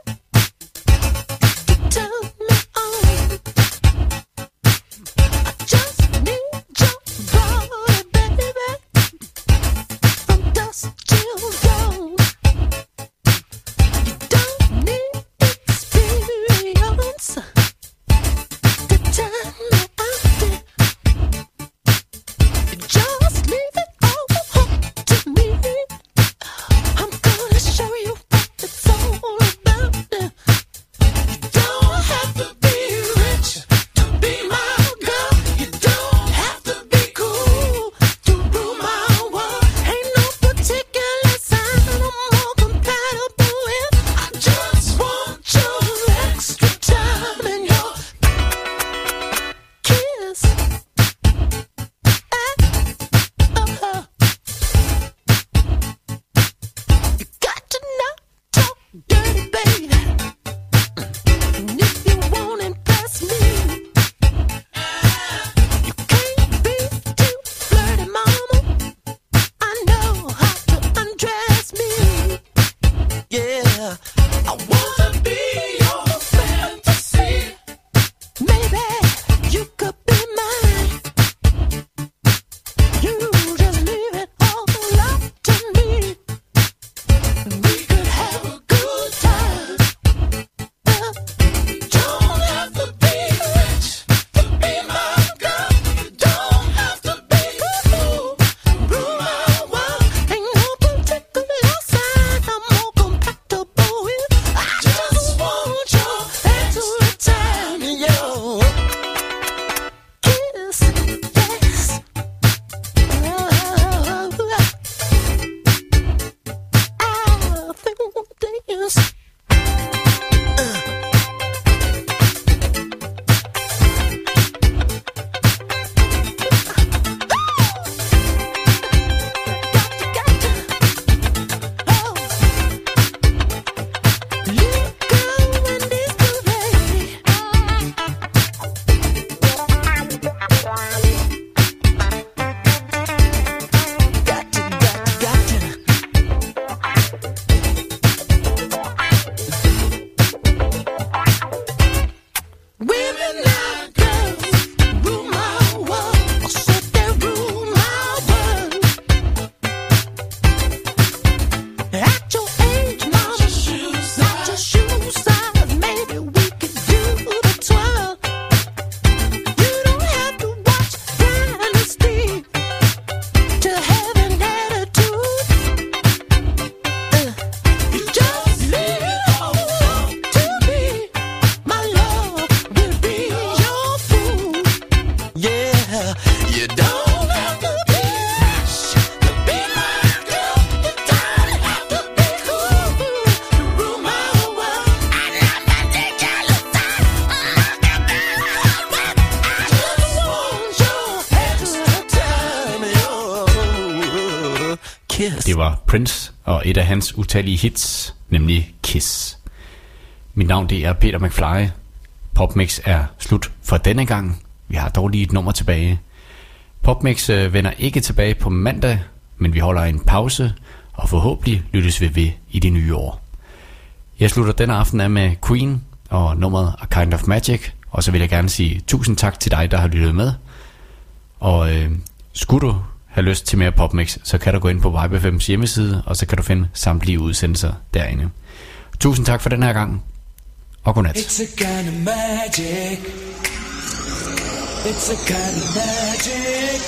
Kiss. Det var Prince og et af hans utallige hits, nemlig Kiss. Mit navn det er Peter McFly. PopMix er slut for denne gang. Vi har dog lige et nummer tilbage. PopMix øh, vender ikke tilbage på mandag, men vi holder en pause, og forhåbentlig lyttes vi ved i det nye år. Jeg slutter denne aften af med Queen og nummeret A Kind of Magic, og så vil jeg gerne sige tusind tak til dig, der har lyttet med. Og øh, skulle du have lyst til mere PopMix, så kan du gå ind på Vibe F M's hjemmeside, og så kan du finde samtlige udsendelser derinde. Tusind tak for den her gang, og godnat. It's a kind of magic. It's a kind of magic.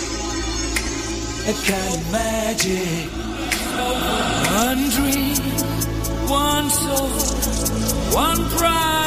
A kind of magic. One dream, one soul, one pride.